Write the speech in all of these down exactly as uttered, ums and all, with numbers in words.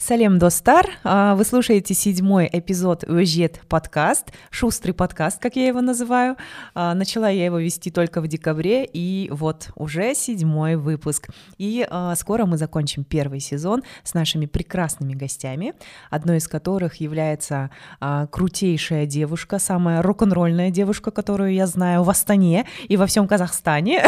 Салем достар, вы слушаете седьмой эпизод Уезжет подкаст, шустрый подкаст, как я его называю. Начала я его вести только в декабре, и вот уже седьмой выпуск. И скоро мы закончим первый сезон с нашими прекрасными гостями, одной из которых является крутейшая девушка, самая рок-н-ролльная девушка, которую я знаю в Астане и во всем Казахстане,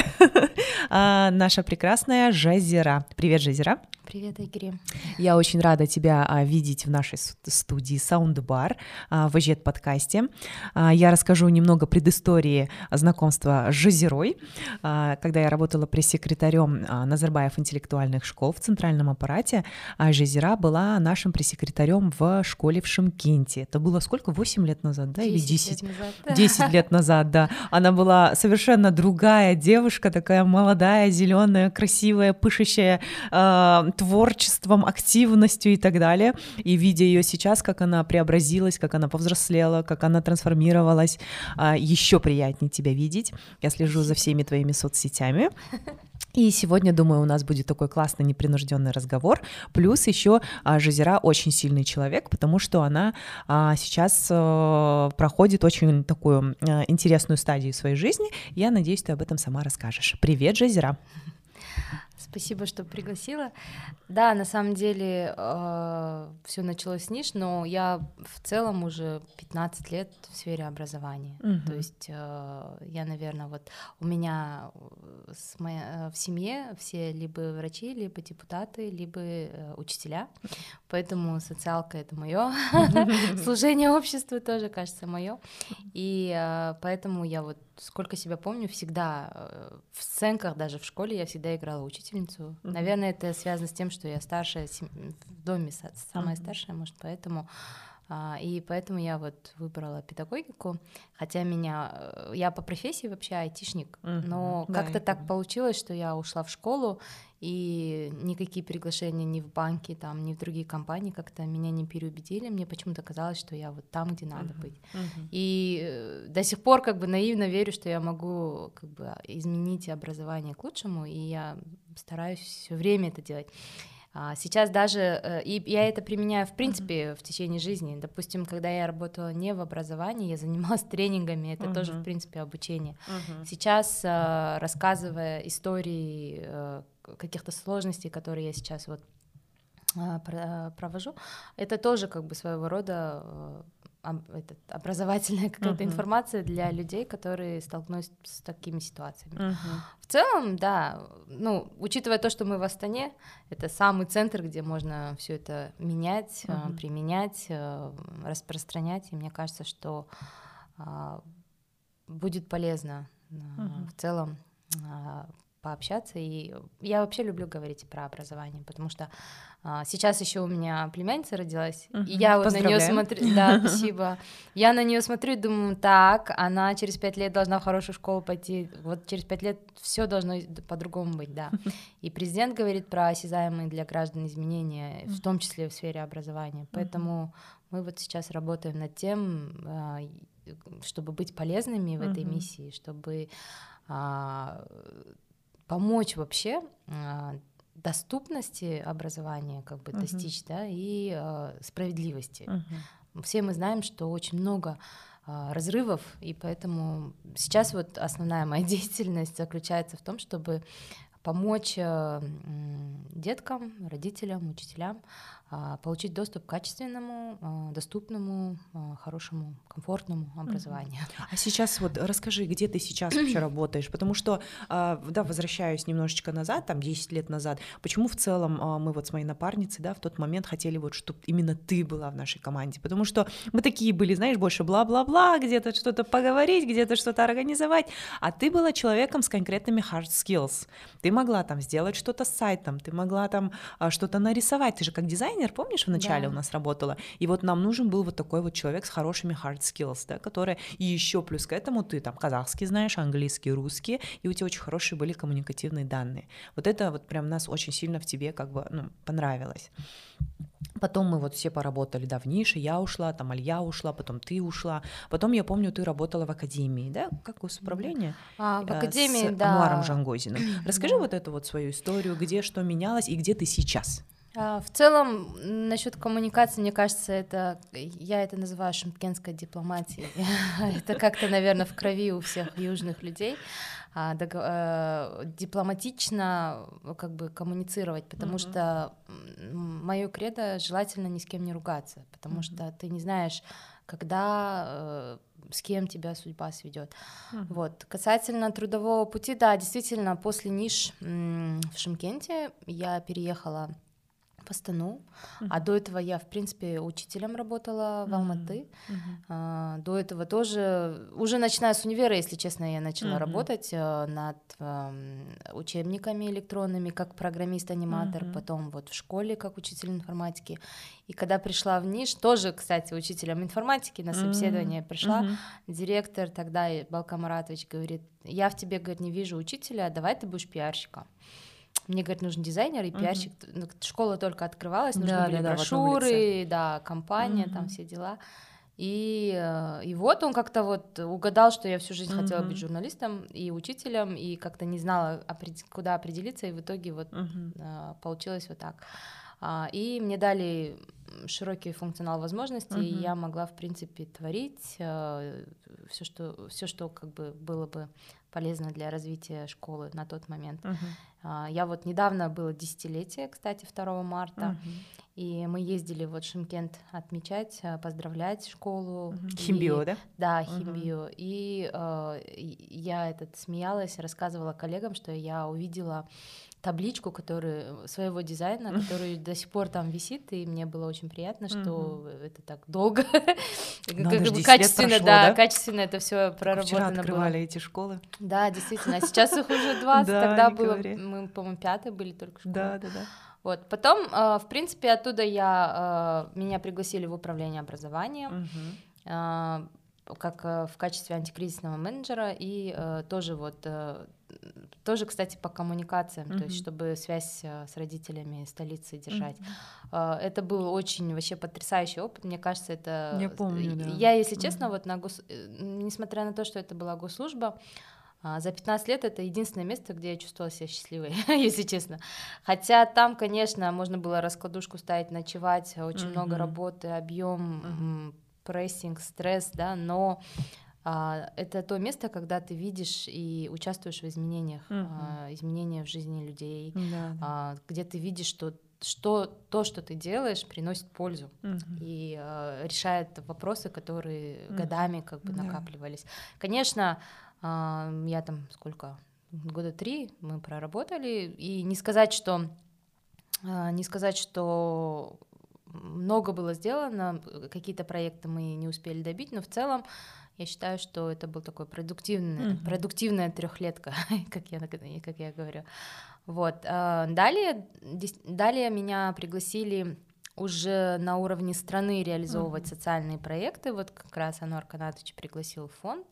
наша прекрасная Жазира. Привет, Жазира. Привет, Игорь. Я очень рада тебя а, видеть в нашей студии Soundbar а, в Уезжет подкасте. А, я расскажу немного предыстории знакомства с Жазирой. А, когда я работала пресс-секретарем а, Назарбаев интеллектуальных школ в центральном аппарате, а Жазира была нашим пресс-секретарем в школе в Шымкенте. Это было сколько? восемь лет назад, да? Или десять? Лет назад. десять лет назад, да. Она была совершенно другая девушка, такая молодая, зеленая, красивая, пышущая э, творчеством, активностью и так далее. И видя ее сейчас, как она преобразилась, как она повзрослела, как она трансформировалась, э, еще приятнее тебя видеть. Я слежу за всеми твоими соцсетями. И сегодня, думаю, у нас будет такой классный непринужденный разговор. Плюс еще а, Жазира очень сильный человек, потому что она а, сейчас а, проходит очень такую а, интересную стадию своей жизни. Я надеюсь, ты об этом сама расскажешь. Привет, Жазира. Спасибо, что пригласила. Да, на самом деле э, все началось с ниш, но я в целом уже пятнадцать лет в сфере образования. Uh-huh. То есть э, я, наверное, вот у меня с моя, в семье все либо врачи, либо депутаты, либо э, учителя, поэтому социалка — это мое, служение обществу тоже, кажется, мое, и э, поэтому я вот сколько себя помню, всегда э, в сценках, даже в школе я всегда играла учительницу. Uh-huh. Наверное, это связано с тем, что я старшая в доме, самая uh-huh. старшая, может, поэтому. А, и поэтому я вот выбрала педагогику, хотя меня, я по профессии вообще айтишник, uh-huh. но да, как-то так получилось, что я ушла в школу, и никакие приглашения ни в банки, там, ни в другие компании как-то меня не переубедили, мне почему-то казалось, что я вот там, где надо uh-huh. быть. Uh-huh. И до сих пор как бы наивно верю, что я могу как бы изменить образование к лучшему, и я стараюсь все время это делать. Сейчас даже, и я это применяю в принципе uh-huh. в течение жизни. Допустим, когда я работала не в образовании, я занималась тренингами, это uh-huh. тоже в принципе обучение. Uh-huh. Сейчас, рассказывая истории каких-то сложностей, которые я сейчас вот провожу, это тоже как бы своего рода этот, образовательная какая-то uh-huh. информация для людей, которые столкнулись с такими ситуациями. Uh-huh. В целом, да, ну, учитывая то, что мы в Астане, это самый центр, где можно все это менять, uh-huh. применять, распространять, и мне кажется, что а, будет полезно uh-huh. в целом а, пообщаться, и я вообще люблю говорить про образование, потому что а, сейчас еще у меня племянница родилась, uh-huh. и я вот на нее смотрю, да, спасибо, я на нее смотрю и думаю, так, она через пять лет должна в хорошую школу пойти, вот через пять лет все должно по-другому быть, да, и президент говорит про осязаемые для граждан изменения, в том числе в сфере образования, поэтому uh-huh. мы вот сейчас работаем над тем, чтобы быть полезными в uh-huh. этой миссии, чтобы помочь вообще э, доступности образования как бы uh-huh. достичь, да, и э, справедливости. Uh-huh. Все мы знаем, что очень много э, разрывов, и поэтому сейчас вот основная моя деятельность заключается в том, чтобы помочь э, деткам, родителям, учителям э, получить доступ к качественному, э, доступному, э, хорошему, комфортному образованию. А сейчас вот расскажи, где ты сейчас вообще работаешь, потому что, э, да, возвращаюсь немножечко назад, там десять лет назад, почему в целом э, мы вот с моей напарницей, да, в тот момент хотели вот, чтобы именно ты была в нашей команде, потому что мы такие были, знаешь, больше бла-бла-бла, где-то что-то поговорить, где-то что-то организовать, а ты была человеком с конкретными hard skills, ты могла там сделать что-то с сайтом, ты могла там а, что-то нарисовать. Ты же как дизайнер, помнишь, вначале да. у нас работала? И вот нам нужен был вот такой вот человек с хорошими hard skills, да, который... И еще плюс к этому ты там казахский знаешь, английский, русский, и у тебя очень хорошие были коммуникативные данные. Вот это вот прям нас очень сильно в тебе как бы, ну, понравилось. Потом мы вот все поработали, да, в нише, я ушла, там Алья ушла, потом ты ушла. Потом, я помню, ты работала в академии, да, как госуправление? А, в академии, с да. Ануаром Жангозиным. Расскажи да. вот эту вот свою историю, где что менялось и где ты сейчас? В целом, насчет коммуникации, мне кажется, это я это называю шымкентской дипломатией. Это как-то, наверное, в крови у всех южных людей. Дипломатично как бы коммуницировать, потому что мое кредо желательно ни с кем не ругаться, потому что ты не знаешь, когда, с кем тебя судьба сведет. Uh-huh. Вот. Касательно трудового пути, да, действительно, после ниш в Шымкенте я переехала в Астану, uh-huh. а до этого я, в принципе, учителем работала в Алматы. Uh-huh. А, до этого тоже, уже начиная с универа, если честно, я начала uh-huh. работать а, над а, учебниками электронными, как программист-аниматор, uh-huh. потом вот в школе, как учитель информатики. И когда пришла в ниш, тоже, кстати, учителем информатики на собеседование uh-huh. пришла, uh-huh. директор тогда, Балка Маратович, говорит, я в тебе, говорит, не вижу учителя, давай ты будешь пиарщиком. Мне, говорит, нужен дизайнер и пиарщик. Uh-huh. Школа только открывалась, нужны да, были да, брошюры, да, компания, uh-huh. там все дела. И, и вот он как-то вот угадал, что я всю жизнь uh-huh. хотела быть журналистом и учителем, и как-то не знала, куда определиться, и в итоге вот uh-huh. получилось вот так. И мне дали широкий функционал возможностей, uh-huh. и я могла, в принципе, творить все, что, все, что как бы было бы полезно для развития школы на тот момент. Uh-huh. Я вот недавно было десятилетие, кстати, второго марта, uh-huh. и мы ездили вот в Шымкент отмечать, поздравлять школу. Uh-huh. Химбио, и, да? Да, Химбио. Uh-huh. И э, я этот, смеялась, рассказывала коллегам, что я увидела табличку, которую, своего дизайна, который до сих пор там висит, и мне было очень приятно, что uh-huh. это так долго, качественно, да, качественно это все проработано было. Вчера открывали эти школы. Да, действительно, сейчас их уже двадцать, тогда было, мы, по-моему, пятые были только школы. Да, да, да. Вот, потом, в принципе, оттуда я, меня пригласили в управление образованием, как в качестве антикризисного менеджера, и тоже вот тоже, кстати, по коммуникациям, uh-huh. то есть чтобы связь с родителями столицы держать. Uh-huh. Это был очень вообще потрясающий опыт, мне кажется, это... Я помню, да. Я, если честно, uh-huh. вот на гос... несмотря на то, что это была госслужба, за пятнадцать лет это единственное место, где я чувствовала себя счастливой, если честно. Хотя там, конечно, можно было раскладушку ставить, ночевать, очень uh-huh. много работы, объем, uh-huh. прессинг, стресс, да, но... это то место, когда ты видишь и участвуешь в изменениях, uh-huh. изменениях в жизни людей, да, да. где ты видишь, что, что то, что ты делаешь, приносит пользу uh-huh. и uh, решает вопросы, которые uh-huh. годами как бы yeah. накапливались. Конечно, uh, я там сколько, года три мы проработали, и не сказать, что uh, не сказать, что много было сделано, какие-то проекты мы не успели добить, но в целом я считаю, что это был такой продуктивный, uh-huh. продуктивная трехлетка, как я, как я говорю. Вот. Далее, далее меня пригласили уже на уровне страны реализовывать uh-huh. социальные проекты. Вот как раз Ануар Канатович пригласил в фонд.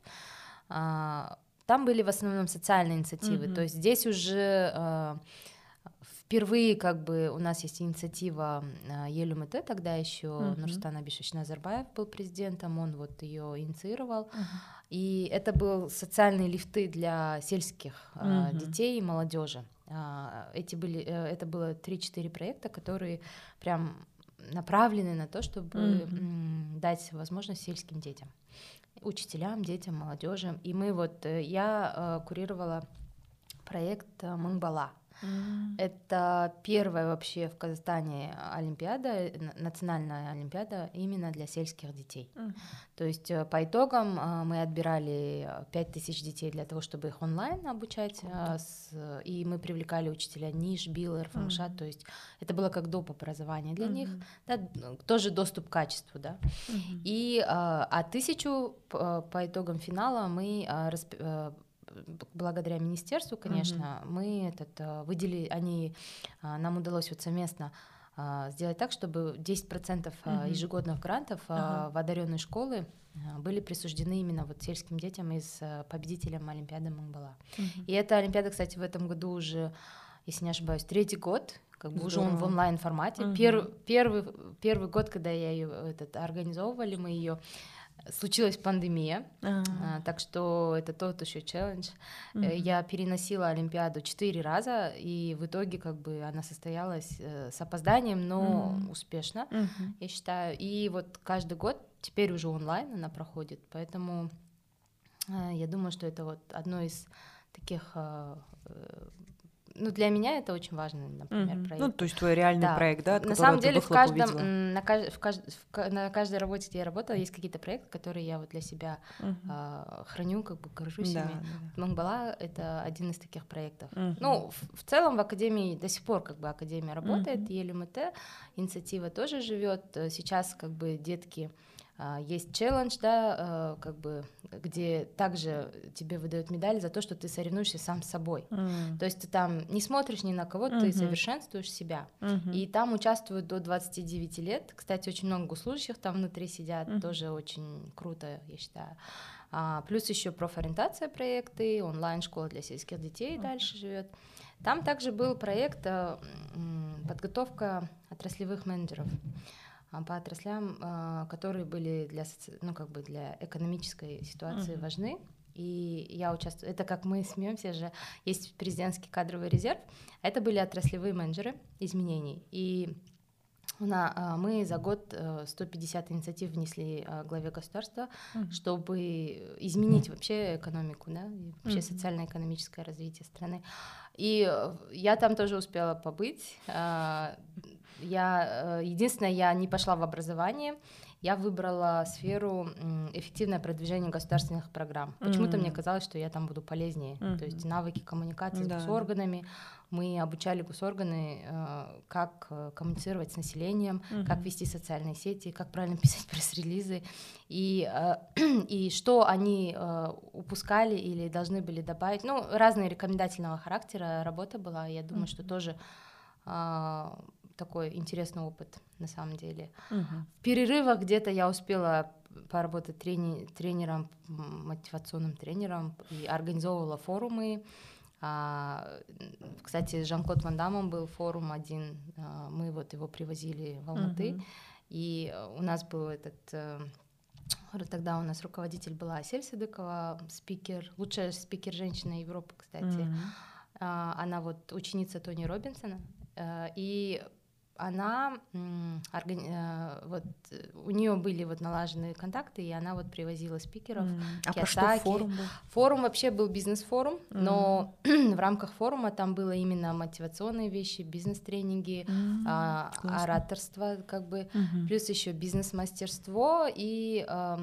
Там были в основном социальные инициативы. Uh-huh. То есть здесь уже... Впервые как бы у нас есть инициатива Ел-УМТ, тогда еще uh-huh. Нурсултан Абишевич Назарбаев был президентом, он вот ее инициировал, uh-huh. и это был социальные лифты для сельских uh-huh. детей и молодежи. Эти были, это было три-четыре проекта, которые прям направлены на то, чтобы uh-huh. дать возможность сельским детям, учителям, детям, молодежи. И мы вот, я курировала проект Мыңбала. Mm-hmm. Это первая вообще в Казахстане олимпиада, национальная олимпиада именно для сельских детей. Mm-hmm. То есть по итогам мы отбирали пять тысяч детей для того, чтобы их онлайн обучать, mm-hmm. с, и мы привлекали учителя Ниш, Билер, Фангшат, mm-hmm. то есть это было как доп. Образование для mm-hmm. них, да, тоже доступ к качеству, да. Mm-hmm. И а тысячу по итогам финала мы расп... благодаря министерству, конечно, uh-huh. мы этот, выделили, они, нам удалось вот совместно сделать так, чтобы десять процентов uh-huh. ежегодных грантов uh-huh. в одаренные школы были присуждены именно вот сельским детям из победителям Олимпиады Мыңбала. Uh-huh. И эта Олимпиада, кстати, в этом году уже, если не ошибаюсь, третий год, как бы уже он в онлайн формате. Uh-huh. Первый, первый, первый год, когда я ее этот, организовывали, мы ее случилась пандемия, А-а-а. так что это тот еще челлендж. Mm-hmm. Я переносила Олимпиаду четыре раза, и в итоге как бы она состоялась с опозданием, но mm-hmm. успешно, mm-hmm. я считаю. И вот каждый год теперь уже онлайн она проходит, поэтому я думаю, что это вот одно из таких... Ну, для меня это очень важный, например, mm-hmm. проект. Ну, то есть твой реальный да. проект, да, от на самом деле в каждом, на, кажд, в, кажд, в, на каждой работе, где я работала, есть какие-то проекты, которые я вот для себя mm-hmm. а, храню, как бы горжусь да, ими. да. Мангбала — это один из таких проектов. Mm-hmm. Ну, в, в целом в Академии до сих пор как бы Академия работает, mm-hmm. и ЕЛМТ, инициатива тоже живет. Сейчас как бы детки... Есть челлендж, да, как бы, где также тебе выдают медаль за то, что ты соревнуешься сам с собой. Mm. То есть ты там не смотришь ни на кого, mm-hmm. ты совершенствуешь себя. Mm-hmm. И там участвуют до двадцати девяти лет. Кстати, очень много госслужащих там внутри сидят, mm-hmm. тоже очень круто, я считаю. А, плюс еще профориентация проекты, онлайн-школа для сельских детей mm-hmm. дальше живет. Там также был проект подготовка отраслевых менеджеров по отраслям, которые были для, ну, как бы для экономической ситуации uh-huh. важны. И я участвую. Это как мы смеемся же, есть президентский кадровый резерв. Это были отраслевые менеджеры изменений. И на, мы за год сто пятьдесят инициатив внесли главе государства, uh-huh. чтобы изменить вообще экономику, да, и вообще uh-huh. социально-экономическое развитие страны. И я там тоже успела побыть. Я, единственное, я не пошла в образование, я выбрала сферу эффективное продвижение государственных программ. Почему-то mm-hmm. мне казалось, что я там буду полезнее. Mm-hmm. То есть навыки коммуникации да. с госорганами. Мы обучали госорганы, как коммуницировать с населением, mm-hmm. как вести социальные сети, как правильно писать пресс-релизы. И, и что они упускали или должны были добавить. Ну, разные рекомендательного характера работа была. Я думаю, mm-hmm. что тоже... такой интересный опыт, на самом деле. Uh-huh. В перерывах где-то я успела поработать трени- тренером, мотивационным тренером, и организовывала форумы. А, кстати, с Жан-Клод Ван Даммом был форум один, а, мы вот его привозили в Алматы, uh-huh. и у нас был этот... Тогда у нас руководитель была Асель Садыкова, спикер, лучшая спикер-женщина Европы, кстати. Uh-huh. А, она вот ученица Тони Робинсона, и она, вот, у нее были вот налажены контакты, и она вот привозила спикеров. Mm. А про что форум был? Форум вообще был бизнес-форум, mm. но в рамках форума там было именно мотивационные вещи, бизнес-тренинги, mm. а, ораторство, как бы, mm-hmm. плюс еще бизнес-мастерство, и а,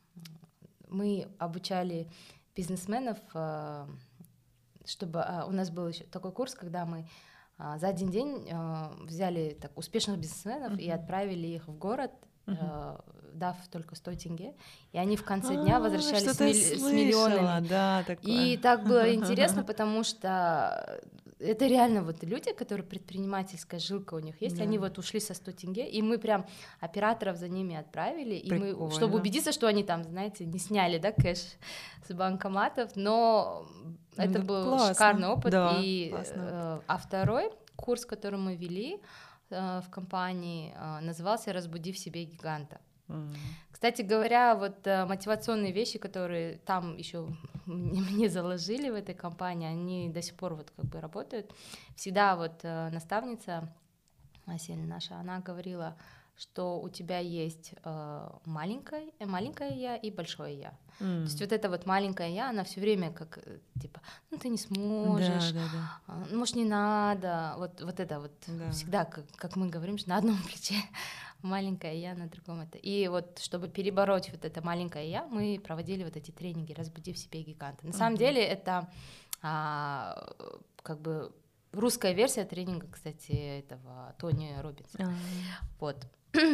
мы обучали бизнесменов, а, чтобы а, у нас был еще такой курс, когда мы за один день э, взяли так, успешных бизнесменов uh-huh. и отправили их в город, uh-huh. э, дав только сто тенге, и они в конце дня возвращались с, милли- с миллионами. Да, и так было интересно, потому что это реально вот люди, которые предпринимательская жилка у них есть, да. они вот ушли со сто тенге, и мы прям операторов за ними отправили, и мы, чтобы убедиться, что они там, знаете, не сняли, да, кэш с банкоматов, но... Это ну, был классно. Шикарный опыт. Да, и, э, а второй курс, который мы вели э, в компании, э, назывался «Разбуди в себе гиганта». Mm. Кстати говоря, вот э, мотивационные вещи, которые там еще мне заложили в этой компании, они до сих пор вот как бы работают. Всегда вот э, наставница Асель наша, она говорила, что у тебя есть э, маленькое, э, маленькое я и большое я. Mm. То есть вот это вот маленькое я, она все время как типа, ну ты не сможешь, да, да, да. Э, может не надо, вот вот это вот да. всегда, как, как мы говорим, что на одном плече маленькое я, на другом это. И вот чтобы перебороть вот это маленькое я, мы проводили вот эти тренинги «Разбуди в себе гиганта». На mm-hmm. самом деле это а, как бы русская версия тренинга, кстати, этого Тони Робинсона. Mm-hmm. Вот.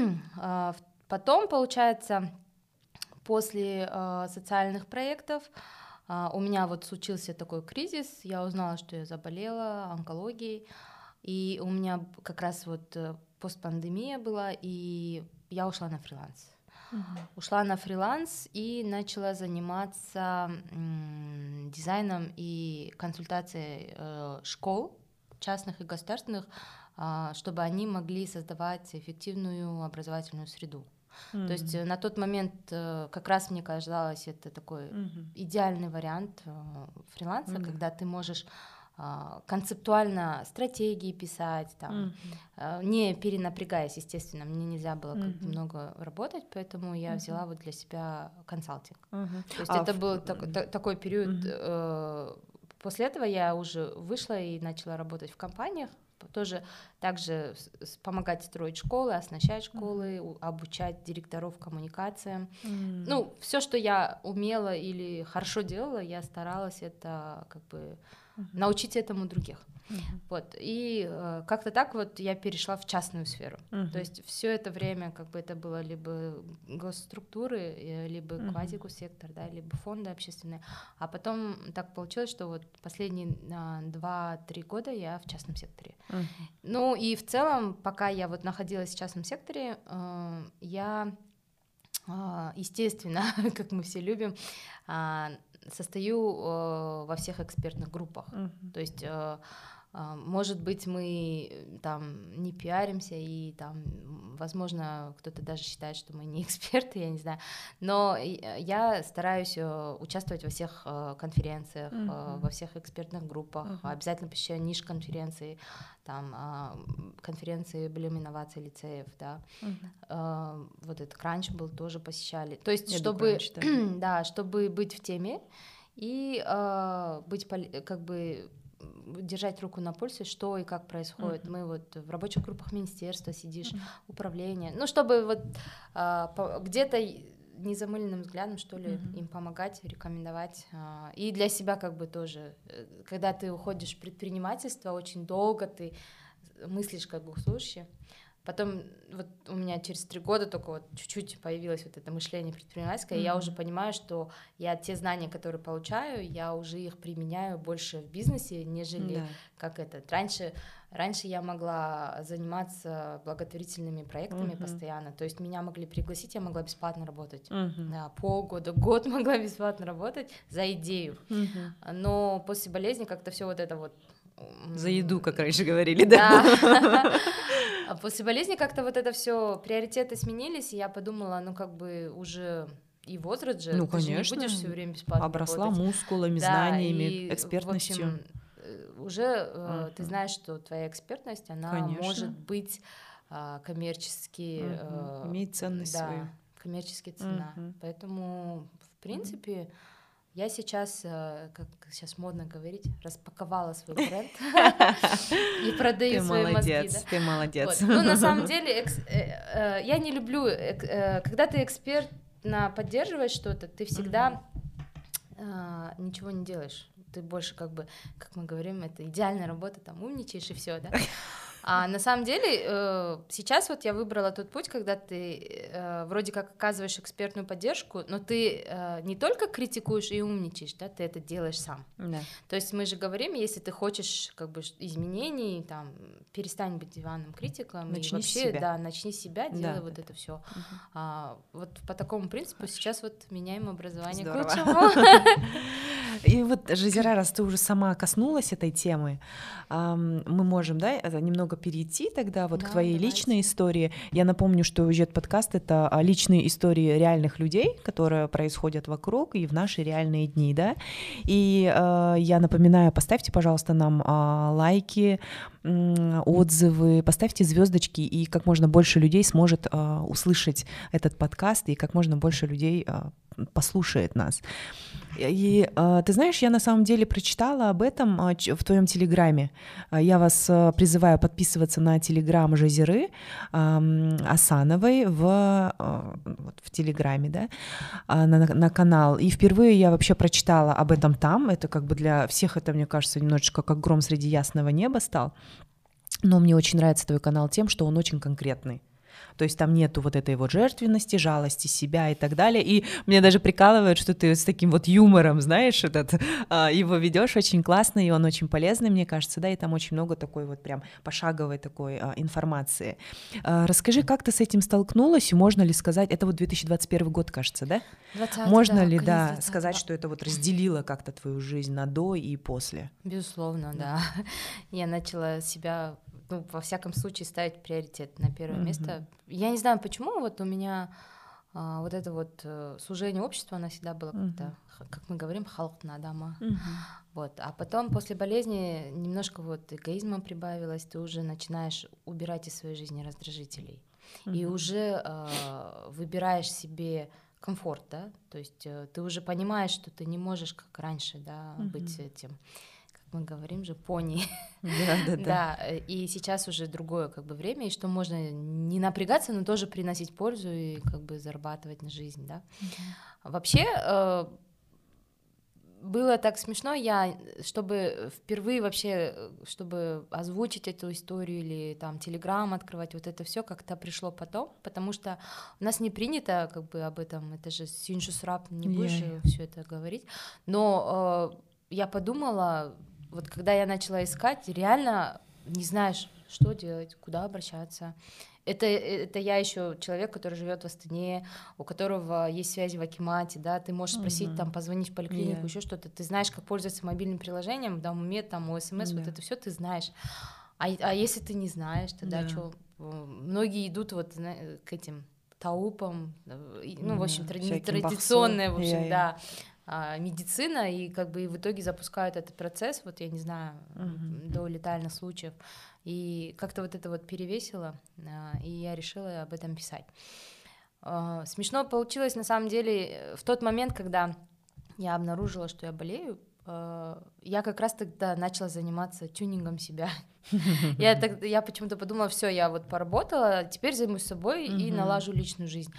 Потом, получается, после э, социальных проектов э, у меня вот случился такой кризис, я узнала, что я заболела онкологией, и у меня как раз вот постпандемия была, и я ушла на фриланс. Uh-huh. Ушла на фриланс и начала заниматься м, дизайном и консультацией э, школ, частных и государственных, чтобы они могли создавать эффективную образовательную среду. Mm-hmm. То есть на тот момент как раз мне казалось, это такой mm-hmm. идеальный вариант фриланса, mm-hmm. когда ты можешь концептуально стратегии писать, там, mm-hmm. не перенапрягаясь, естественно, мне нельзя было mm-hmm. много работать, поэтому я mm-hmm. взяла вот для себя консалтинг. Mm-hmm. То есть а это в... был так, та, такой период. Mm-hmm. После этого я уже вышла и начала работать в компаниях, тоже также помогать строить школы, оснащать школы, mm-hmm. обучать директоров коммуникациям. Mm-hmm. Ну, все, что я умела или хорошо делала, я старалась это как бы mm-hmm. научить этому других. Mm-hmm. Вот. И э, как-то так вот я перешла в частную сферу. Mm-hmm. То есть все это время как бы это было либо госструктуры, либо mm-hmm. квазигоссектор, да, либо фонды общественные. А потом так получилось, что вот последние а, два-три года я в частном секторе. Mm-hmm. Ну и в целом, пока я вот находилась в частном секторе, э, я, э, естественно, как мы все любим, э, состою э, во всех экспертных группах. Mm-hmm. То есть э, может быть, мы там не пиаримся, и там, возможно, кто-то даже считает, что мы не эксперты, я не знаю, но я стараюсь участвовать во всех конференциях, uh-huh. во всех экспертных группах, uh-huh. обязательно посещаю ниш-конференции, там, конференции Блюм инноваций лицеев, да, uh-huh. вот этот Crunch был, тоже посещали, то есть, я чтобы, Crunch, да. да, чтобы быть в теме и э, быть, как бы, держать руку на пульсе, что и как происходит. Uh-huh. Мы вот в рабочих группах министерства сидишь, uh-huh. управление, ну, чтобы вот а, по, где-то незамыленным взглядом, что ли, uh-huh. им помогать, рекомендовать. А, и для себя как бы тоже, когда ты уходишь в предпринимательство, очень долго ты мыслишь как госслужащий. Потом вот у меня через три года только вот чуть-чуть появилось вот это мышление предпринимательское, mm-hmm. и я уже понимаю, что я те знания, которые получаю, я уже их применяю больше в бизнесе, нежели yeah. как это. Раньше, раньше я могла заниматься благотворительными проектами mm-hmm. постоянно, то есть меня могли пригласить, я могла бесплатно работать. Mm-hmm. Да, полгода, год могла бесплатно работать за идею. Mm-hmm. Но после болезни как-то все вот это вот... За еду, как раньше говорили, да? Да. А после болезни как-то вот это все приоритеты сменились, и я подумала, ну как бы уже и возраст же, ну, ты конечно. же не будешь все время бесплатно обросла работать. мускулами, да, знаниями, и, экспертностью. В общем, уже uh-huh. ты знаешь, что твоя экспертность, она конечно. Может быть а, коммерчески... Uh-huh. А, имеет ценность да, свою. Коммерчески цена. Uh-huh. Поэтому, в принципе... Uh-huh. Я сейчас, как сейчас модно говорить, распаковала свой бренд и продаю свои мозги. Да? Ты молодец. Вот. Ну, на самом деле, экс, э, э, я не люблю, э, э, когда ты экспертно поддерживаешь что-то, ты всегда э, ничего не делаешь. Ты больше как бы, как мы говорим, это идеальная работа, там умничаешь и все, да. А на самом деле э, сейчас вот я выбрала тот путь, когда ты э, вроде как оказываешь экспертную поддержку, но ты э, не только критикуешь и умничаешь, да, ты это делаешь сам. Да. То есть мы же говорим, если ты хочешь как бы изменений, там, перестань быть диванным критиком начни и вообще, себя. Да, начни с себя, делай да. вот это все. Угу. А, вот по такому принципу Хорошо. Сейчас вот меняем образование Здорово. К лучшему. И вот, Жазира, раз ты уже сама коснулась этой темы, мы можем, да, немного перейти тогда вот да, к твоей давайте. Личной истории. Я напомню, что «Уезжает подкаст» — это личные истории реальных людей, которые происходят вокруг и в наши реальные дни, да. И э, я напоминаю, поставьте, пожалуйста, нам э, лайки, э, отзывы, поставьте звездочки, и как можно больше людей сможет э, услышать этот подкаст, и как можно больше людей э, послушает нас. И э, ты знаешь, я на самом деле прочитала об этом э, в твоем телеграме. Я вас э, призываю подписываться на телеграм Жазиры э, Асановой в, э, вот, в телеграме, да, э, на, на канал. И впервые я вообще прочитала об этом там. Это как бы для всех это, мне кажется, немножечко как гром среди ясного неба стал. Но мне очень нравится твой канал тем, что он очень конкретный. То есть там нету вот этой вот жертвенности, жалости себя и так далее. И мне даже прикалывают, что ты с таким вот юмором, знаешь, этот, а, его ведешь очень классно, и он очень полезный, мне кажется, да, и там очень много такой вот прям пошаговой такой а, информации. А, расскажи, как ты с этим столкнулась, и можно ли сказать, это вот две тысячи двадцать первый год, кажется, да? двадцатый, можно да, ли, да, двадцатый, сказать, да. что это вот разделило как-то твою жизнь на до и после? Безусловно, да. да. Я начала себя... ну, во всяком случае, ставить приоритет на первое mm-hmm. место. Я не знаю, почему вот у меня а, вот это вот э, сужение общества, оно всегда было Мгм. как-то, х- как мы говорим, халатна дома. Мгм. Вот. А потом после болезни немножко вот эгоизма прибавилось, ты уже начинаешь убирать из своей жизни раздражителей. И Мгм. уже э, выбираешь себе комфорт, да, то есть э, ты уже понимаешь, что ты не можешь, как раньше, да, быть Мгм. этим, как мы говорим же, пони. Да, да, да. Да, э, и сейчас уже другое как бы время, и что можно не напрягаться, но тоже приносить пользу и как бы зарабатывать на жизнь, да. Мгм. Вообще э, было так смешно, я, чтобы впервые вообще, э, чтобы озвучить эту историю или там Телеграм открывать, вот это все как-то пришло потом, потому что у нас не принято как бы об этом, это же синшусрап, не будешь Я-я. все это говорить, но э, я подумала, вот когда я начала искать, реально не знаешь, что делать, куда обращаться. Это, это я еще человек, который живет в Астане, у которого есть связи в Акимате, да, ты можешь спросить, там, Мгм. позвонить в поликлинику, Я. еще что-то, ты знаешь, как пользоваться мобильным приложением, да, умеет там о СМС, вот Да. это все ты знаешь. А, а если ты не знаешь, тогда Да. что? Многие идут вот зна- к этим таупам, э, и, ну, в общем, Да. тра- Всяким бахсу. нетрадиционная, в общем, Я-я. да, а, медицина, и как бы и в итоге запускают этот процесс, вот я не знаю, Мгм. до летальных случаев, и как-то вот это вот перевесило, а, и я решила об этом писать. А, Смешно получилось, на самом деле, э, в тот момент, когда я обнаружила, что я болею, а, я как раз тогда начала заниматься тюнингом себя. Я, так, я почему-то подумала, все, я вот поработала, теперь займусь собой и Мгм. налажу личную жизнь.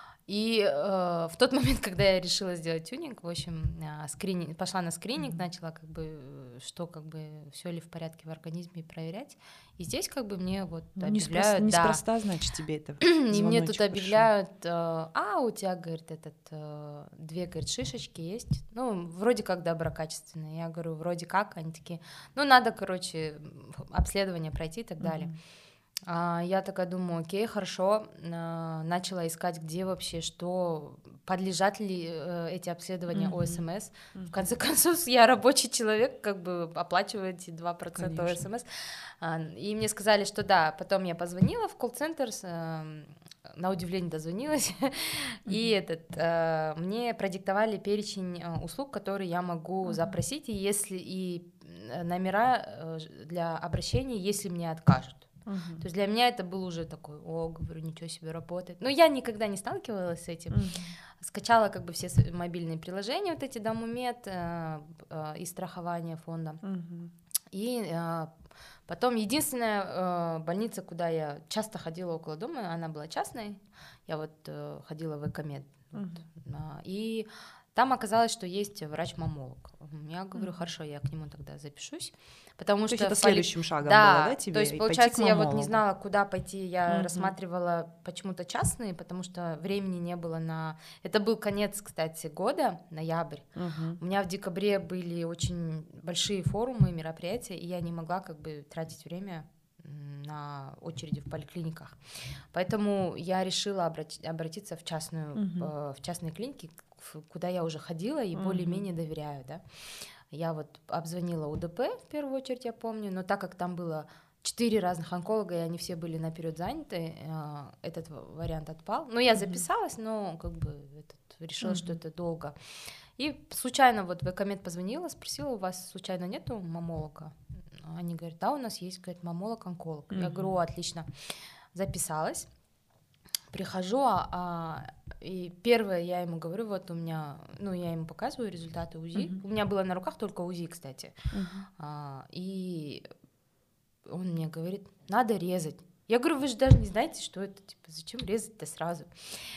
И э, в тот момент, когда я решила сделать тюнинг, в общем, а, скрининг, пошла на скрининг, Мгм. начала как бы, э, что как бы, все ли в порядке в организме проверять. И здесь как бы мне вот Ну, неспрос- объявляют, да, неспроста, значит, тебе это и мне тут звоночек пришел. объявляют, э, а у тебя, говорит, этот, э, две, говорит, шишечки есть, ну, вроде как доброкачественные. Я говорю, вроде как, они такие, ну, надо, короче, обследование пройти и так далее. Мгм. А, я такая думаю, окей, хорошо, а, начала искать, где вообще, что, подлежат ли э, эти обследования Мгм. о СМС. В Мгм. конце концов, я рабочий человек, как бы оплачиваю эти два процента о Конечно. СМС. А, И мне сказали, что да, потом я позвонила в колл-центр, с, эм, на удивление дозвонилась, и Мгм. этот, э, мне продиктовали перечень э, услуг, которые я могу Мгм. запросить, и если и э, номера э, ж- для обращения, если мне откажут. Мгм. То есть для меня это был уже такой, о, говорю, ничего себе, работает. Но я никогда не сталкивалась с этим. Мгм. Скачала как бы все с- мобильные приложения, вот эти Домумед э, э, и страхование фонда. Мгм. И э, потом единственная э, больница, куда я часто ходила около дома, она была частной. Я вот э, ходила в Экомед. Вот. Мгм. А, И там оказалось, что есть врач-мамолог. Я говорю, Мгм. хорошо, я к нему тогда запишусь, потому То есть что это в поли- следующим шагом было, да, Да, то тебе? есть И пойти к получается, я вот не мамологу. знала, куда пойти. Я Мгм. рассматривала почему-то частные, потому что времени не было на... Это был конец, кстати, года, ноябрь. Мгм. У меня в декабре были очень большие форумы, мероприятия, и я не могла как бы тратить время м, на очереди в поликлиниках. Поэтому я решила обрати- обратиться в частную, Мгм. э, в частные клиники, в- куда я уже ходила и Мгм. более-менее доверяю, да. Я вот обзвонила УДП в первую очередь, я помню, но так как там было четыре разных онколога, и они все были наперед заняты, э, этот в- вариант отпал. Ну, я Мгм. записалась, но как бы этот, решила, что Мгм. это долго. И случайно вот в Экомед позвонила, спросила, у вас случайно нету мамолога? Они говорят, да, у нас есть, говорит, мамолог-онколог. Я говорю, Мгм. о, отлично. Записалась, прихожу, а, а, и первое я ему говорю, вот у меня, ну, я ему показываю результаты УЗИ. Мгм. У меня было на руках только УЗИ, кстати. Мгм. А, и он мне говорит, надо резать. Я говорю, вы же даже не знаете, что это, типа, зачем резать-то сразу?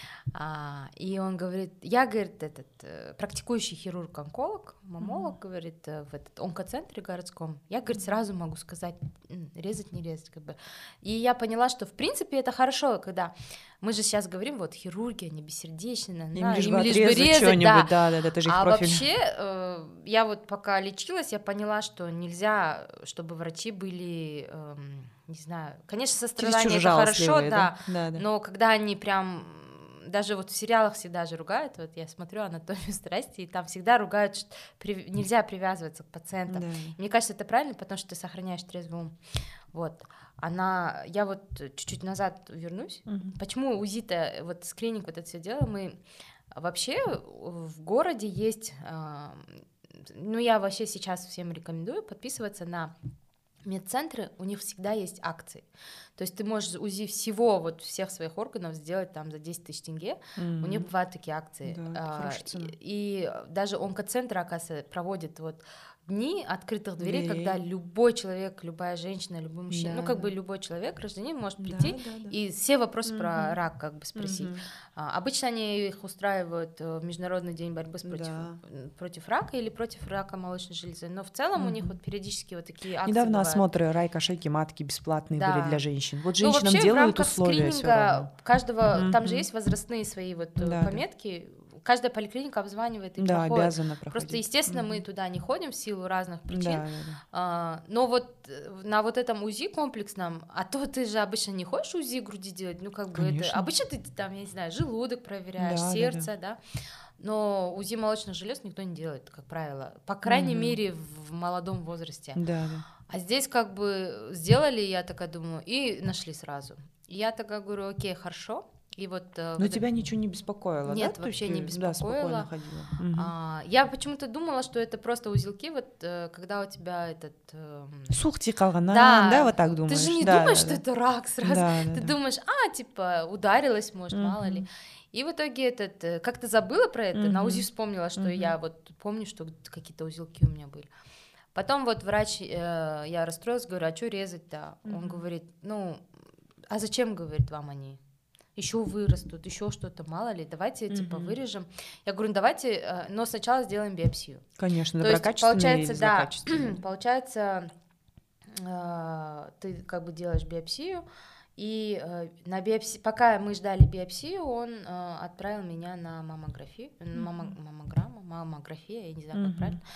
А, и он говорит, я, говорит, этот э, практикующий хирург-онколог, мамолог, Мгм. говорит, э, в этот онкоцентре городском. Я, говорит, сразу могу сказать, м, резать, не резать, как бы. И я поняла, что в принципе это хорошо, когда мы же сейчас говорим, вот хирурги, они бессердечные, на, Им на, лишь им бы лишь бы отрезать резать, да. что-нибудь, да, да, да, это же их А профиль. вообще, э, я вот пока лечилась, я поняла, что нельзя, чтобы врачи были, эм, не знаю, конечно, Чересчур сострадание это хорошо, жалостливые, да, да? Да, да. но когда они прям даже вот в сериалах всегда же ругают, вот я смотрю «Анатомию страсти», и там всегда ругают, что при... нельзя привязываться к пациентам. Да. Мне кажется, это правильно, потому что ты сохраняешь трезвый ум. Вот. Она, я вот чуть-чуть назад вернусь. Uh-huh. Почему УЗИ-то, вот скрининг, вот это все дело, мы вообще в городе есть, ну я вообще сейчас всем рекомендую подписываться на медцентры, у них всегда есть акции. То есть ты можешь УЗИ всего, вот всех своих органов сделать там за десять тысяч тенге, mm-hmm. у них бывают такие акции. Да, а, и, и даже онкоцентр, оказывается, проводит вот дни открытых дверей, Дверей. когда любой человек, любая женщина, любой мужчина, да, ну как бы любой человек, гражданин может прийти да, да, да. и все вопросы mm-hmm. про рак как бы спросить. Mm-hmm. А, обычно они их устраивают в Международный день борьбы против, да. против рака или против рака молочной железы, но в целом mm-hmm. у них вот периодически вот такие акции Недавно бывают. осмотры райка, шейки, матки бесплатные да. были для женщин. Вот женщинам ну, вообще, делают условия всё равно. Каждого, mm-hmm. там же есть возрастные свои вот да, пометки. Да. Каждая поликлиника обзванивает и да, проходит. Обязана проходить. Просто, естественно, mm-hmm. мы туда не ходим в силу разных причин. Да, да, да. А, но вот на вот этом УЗИ комплексном, а то ты же обычно не хочешь УЗИ груди делать, ну как бы Конечно. это... Обычно ты там, я не знаю, желудок проверяешь, да, сердце, да, да. да. Но УЗИ молочных желез никто не делает, как правило. По крайней mm-hmm. мере, в молодом возрасте. Да, да. А здесь как бы сделали, я такая думаю, и нашли сразу. И я такая говорю, окей, хорошо. И вот, Но вот тебя это... ничего не беспокоило, Нет, да? вообще ты, не беспокоило. Да, а, я почему-то думала, что это просто узелки, вот когда у тебя этот... Э... Сухти калгана, да, да, вот так думаешь. Ты же не да, думаешь, да, что да. это рак сразу. Да, да, ты да. думаешь, а, типа, ударилась, может, uh-huh. мало ли. И в итоге этот, как-то забыла про это, uh-huh. на УЗИ вспомнила, что uh-huh. я вот помню, что какие-то узелки у меня были. Потом вот врач, э, я расстроилась, говорю, а что резать-то? Uh-huh. Он говорит, ну, а зачем, говорит, вам они? Еще вырастут, еще что-то, мало ли, давайте, mm-hmm. типа, вырежем. Я говорю, ну, давайте, но сначала сделаем биопсию. Конечно, То есть, получается, или да, получается, ты как бы делаешь биопсию, и на биопсии, пока мы ждали биопсию, он отправил меня на маммографию, mm-hmm. маммограмму, маммография, я не знаю, как mm-hmm. правильно.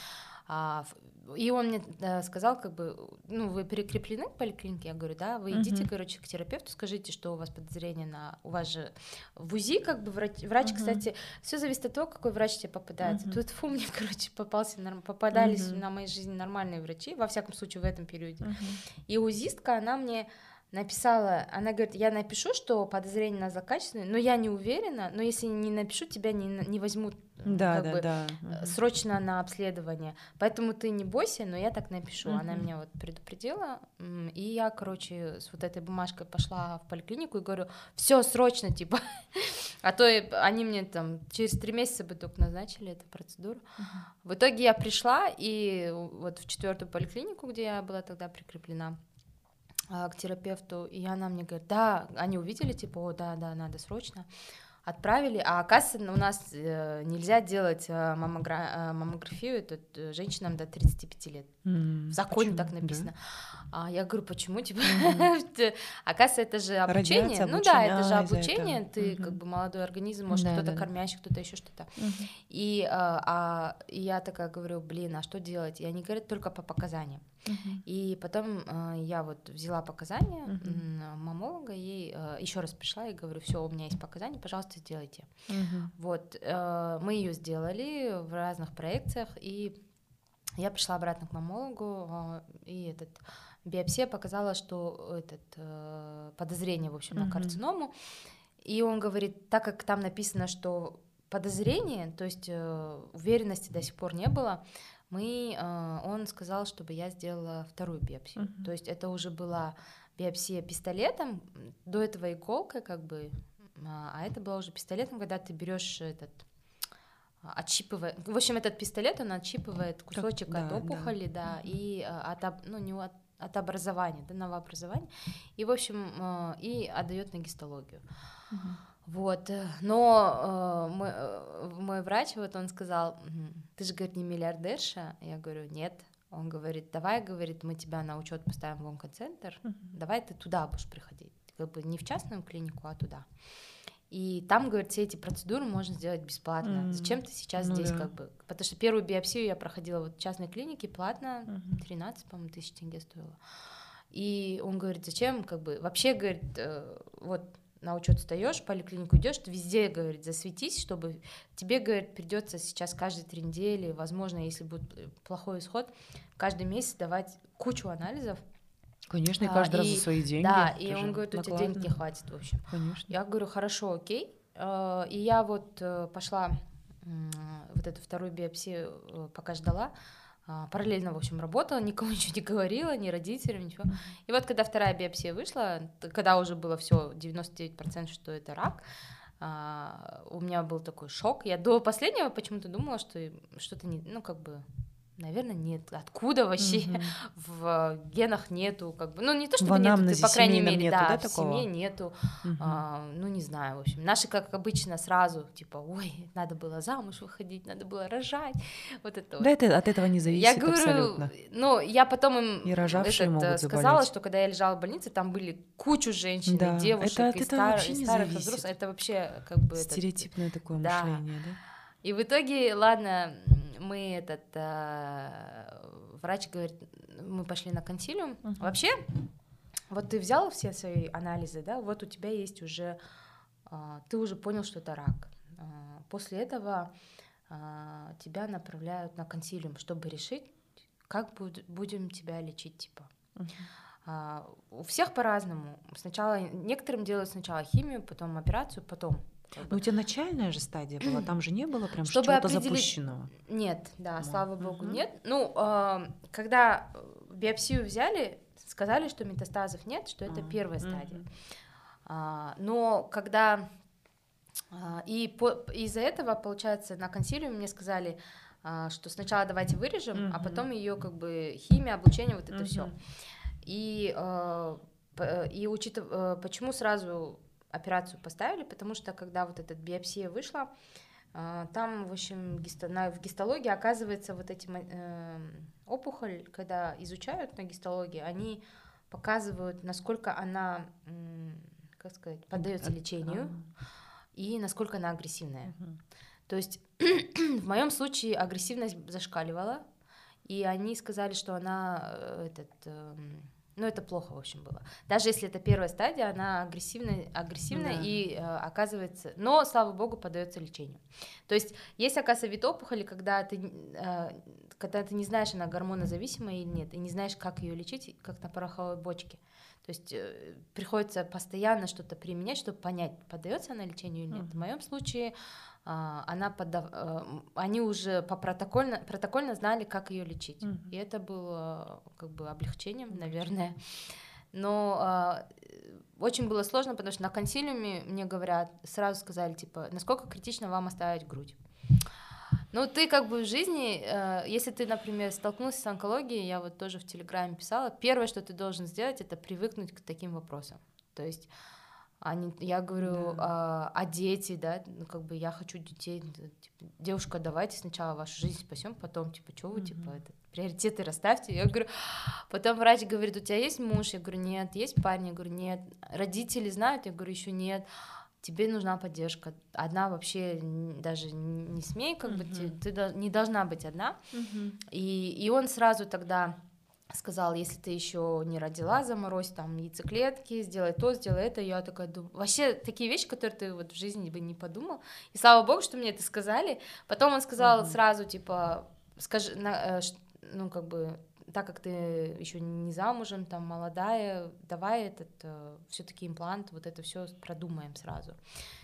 И он мне сказал, как бы, ну, вы перекреплены к поликлинике? Я говорю, да, вы идите, uh-huh. короче, к терапевту, скажите, что у вас подозрение на... У вас же в УЗИ, как бы, врач, врач uh-huh. кстати, все зависит от того, какой врач тебе попадается. Uh-huh. Тут, фу, мне, короче, попался, попадались uh-huh. на моей жизни нормальные врачи, во всяком случае, в этом периоде. Uh-huh. И узистка, она мне написала, она говорит, я напишу, что подозрение на злокачественное, но я не уверена, но если не напишу, тебя не, не возьмут да, как да, бы, да. срочно на обследование, поэтому ты не бойся, но я так напишу. Uh-huh. Она меня вот предупредила, и я, короче, с вот этой бумажкой пошла в поликлинику и говорю, все срочно, типа, а то они мне там через три месяца бы только назначили эту процедуру. Uh-huh. В итоге я пришла, и вот в четвертую поликлинику, где я была тогда прикреплена к терапевту, и она мне говорит, да, они увидели, типа, о, да, да, надо срочно, отправили, а оказывается, у нас э, нельзя делать э, маммогра... маммографию это, э, женщинам до тридцати пяти лет, mm, в законе почему? Так написано. Да? А я говорю, почему, типа, mm-hmm. оказывается, это же обучение, ну да, это же обучение, ты mm-hmm. как бы молодой организм, может, да, кто-то да, кормящий, кто-то еще что-то, mm-hmm. и, а, а, и я такая говорю, блин, а что делать? И они говорят, только по показаниям. Uh-huh. И потом э, я вот взяла показания uh-huh. маммолога, ей э, еще раз пришла и говорю, все, у меня есть показания, пожалуйста, сделайте. Uh-huh. Вот, э, мы ее сделали в разных проекциях, и я пришла обратно к маммологу, э, и этот, биопсия показала, что этот, э, подозрение, в общем, uh-huh. на карциному, и он говорит, так как там написано, что подозрение, то есть э, уверенности до сих пор не было, мы, э, он сказал, чтобы я сделала вторую биопсию. Uh-huh. То есть это уже была биопсия пистолетом, до этого иголкой как бы, а это было уже пистолетом, когда ты берешь этот, отщипывает, в общем, этот пистолет, он отщипывает кусочек так, от да, опухоли, да, да uh-huh. и от, ну, не от, от образования, до новообразования, и, в общем, э, и отдает на гистологию. Uh-huh. Вот, но э, мой, э, мой врач, вот он сказал, ты же, говорит, не миллиардерша, я говорю, нет, он говорит, давай, говорит, мы тебя на учет поставим в онкоцентр, uh-huh. давай ты туда будешь приходить, как бы не в частную клинику, а туда, и там, говорит, все эти процедуры можно сделать бесплатно, mm-hmm. зачем ты сейчас ну, здесь, да. как бы, потому что первую биопсию я проходила вот в частной клинике, платно, uh-huh. тринадцать, по-моему, тысяч тенге стоило, и он говорит, зачем, как бы, вообще, говорит, э, вот, на учет встаешь, в поликлинику идешь, ты везде, говорит, засветись, чтобы тебе, говорит, придется сейчас каждые три недели, возможно, если будет плохой исход, каждый месяц давать кучу анализов. Конечно, и каждый а, раз и, за свои деньги. Да, и он говорит, у тебя денег не хватит, в общем. Конечно. Я говорю, хорошо, окей. И я вот пошла вот эту вторую биопсию, пока ждала, параллельно, в общем, работала, никому ничего не говорила, ни родителям, ничего. Mm-hmm. И вот когда вторая биопсия вышла, когда уже было все девяносто девять процентов, что это рак, у меня был такой шок. Я до последнего почему-то думала, что что-то не, ну, как бы... Наверное, нет. Откуда вообще mm-hmm. в генах нету, как бы, ну не то чтобы нету, ты, по крайней мере, нету, да, да, в такого? Семье нету, mm-hmm. а, ну не знаю, в общем, наши как обычно сразу типа, ой, надо было замуж выходить, надо было рожать, вот это. Да, вот. это от этого не зависит я говорю, абсолютно. Ну я потом им и рожавшие этот, могут сказала, заболеть. Что когда я лежала в больнице, там были кучу женщин, да. и девушек, это, и, это стар, и старых, и взрослых, это вообще как бы стереотипное этот, такое да. мышление, да? И в итоге, ладно, мы этот а, врач говорит, мы пошли на консилиум. Uh-huh. Вообще, вот ты взял все свои анализы, да, вот у тебя есть уже, а, ты уже понял, что это рак. А, после этого а, тебя направляют на консилиум, чтобы решить, как буд- будем тебя лечить, типа. Uh-huh. А, у всех по-разному. Сначала некоторым делают сначала химию, потом операцию, потом. Ну, у тебя начальная же стадия была, там же не было прям Чтобы чего-то определить... запущенного. Нет, да, ну. слава богу, угу. нет. Ну, э, когда биопсию взяли, сказали, что метастазов нет, что это а, первая стадия. Угу. А, но когда... А, и по, из-за этого, получается, на консилиуме мне сказали, а, что сначала давайте вырежем, угу. а потом ее как бы химия, облучение, вот это угу. все. И, э, и учитывая, почему сразу... операцию поставили, потому что когда вот эта биопсия вышла, там, в общем, в гистологии оказывается вот эти э, опухоль, когда изучают на гистологии, они показывают, насколько она, как сказать, поддается лечению и насколько она агрессивная. Uh-huh. То есть в моем случае агрессивность зашкаливала, и они сказали, что она этот Ну, это плохо, в общем, было. Даже если это первая стадия, она агрессивная, агрессивная да. и э, оказывается... Но, слава богу, поддается лечению. То есть есть, оказывается, вид опухоли, когда ты, э, когда ты не знаешь, она гормонозависимая или нет, и не знаешь, как ее лечить, как на пороховой бочке. То есть э, приходится постоянно что-то применять, чтобы понять, поддается она лечению или нет. Mm-hmm. В моем случае... она подав... они уже по протокольно... протокольно знали, как ее лечить. Mm-hmm. И это было как бы облегчением, mm-hmm. наверное. Но а, очень было сложно, потому что на консилиуме мне говорят, сразу сказали, типа, насколько критично вам оставить грудь. Ну, ты как бы в жизни, э, если ты, например, столкнулся с онкологией, я вот тоже в Телеграме писала, первое, что ты должен сделать, это привыкнуть к таким вопросам. То есть Они, я говорю, да. а, а дети, да, ну, как бы я хочу детей, типа, девушка, давайте сначала вашу жизнь спасем, потом, типа, что вы, mm-hmm. типа, это, приоритеты расставьте. Я говорю, потом врач говорит, у тебя есть муж? Я говорю, нет. Есть парень? Я говорю, нет. Родители знают? Я говорю, еще нет. Тебе нужна поддержка. Одна вообще даже не смей, как mm-hmm. бы, ты, ты не должна быть одна. Mm-hmm. И, и он сразу тогда... сказал, если ты еще не родила, заморозь там яйцеклетки, сделай то, сделай это. Я такая думаю, вообще такие вещи, которые ты вот в жизни бы не подумал. И слава богу, что мне это сказали. Потом он сказал uh-huh. сразу, типа, скажи, на, ну как бы, так как ты еще не замужем, там молодая, давай этот все-таки имплант, вот это все продумаем сразу.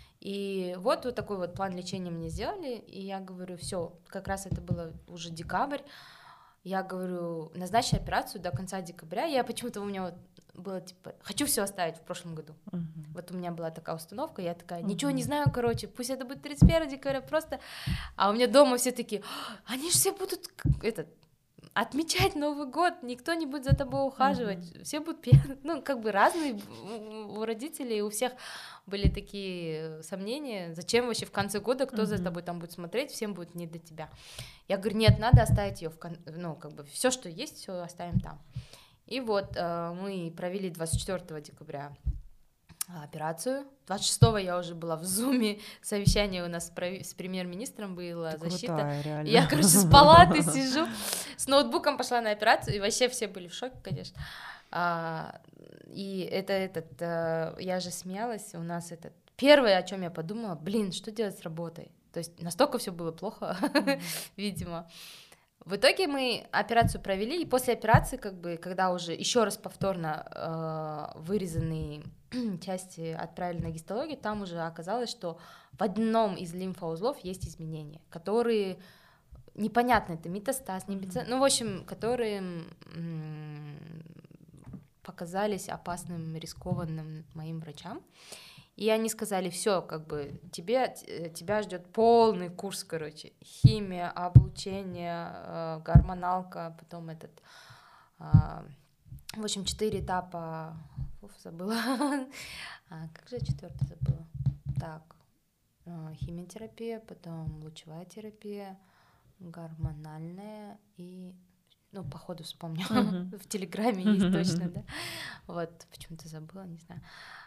И вот вот такой вот план лечения мне сделали, и я говорю, все, как раз это было уже декабрь. Я говорю, назначь операцию до конца декабря. Я почему-то у меня вот было типа, хочу все оставить в прошлом году. Uh-huh. Вот у меня была такая установка, я такая, ничего uh-huh. не знаю, короче, пусть это будет тридцать первого декабря, просто. А у меня дома все такие, они же все будут этот отмечать Новый год, никто не будет за тобой ухаживать, uh-huh. все будут пьяны. Ну, как бы разные у родителей, у всех были такие сомнения, зачем вообще в конце года, кто uh-huh. за тобой там будет смотреть, всем будет не до тебя. Я говорю, нет, надо оставить ее в кон... ну, как бы все, что есть, все оставим там. И вот э, мы провели двадцать четвёртого декабря операцию. двадцать шестого я уже была в зуме, совещание у нас с премьер-министром было, Ты защита. Крутая, Я, короче, с палаты сижу, с ноутбуком пошла на операцию, и вообще все были в шоке, конечно. А, и это этот, а, я же смеялась, у нас этот, первое, о чем я подумала, блин, что делать с работой? То есть настолько все было плохо, mm-hmm. видимо. В итоге мы операцию провели, и после операции, как бы, когда уже еще раз повторно э, вырезанные части отправили на гистологию, там уже оказалось, что в одном из лимфоузлов есть изменения, которые непонятно, это метастаз, не метастаз, mm-hmm. ну, в общем, которые м- показались опасным, рискованным моим врачам. И они сказали, все, как бы, тебе, тебя ждет полный курс, короче, химия, облучение, э, гормоналка, потом этот, э, в общем, четыре этапа, уф, забыла, а, как же я четвертый забыла, так, э, химиотерапия, потом лучевая терапия, гормональная и, ну, походу вспомнила, uh-huh. в Телеграме есть точно, да, вот, почему-то забыла, не знаю.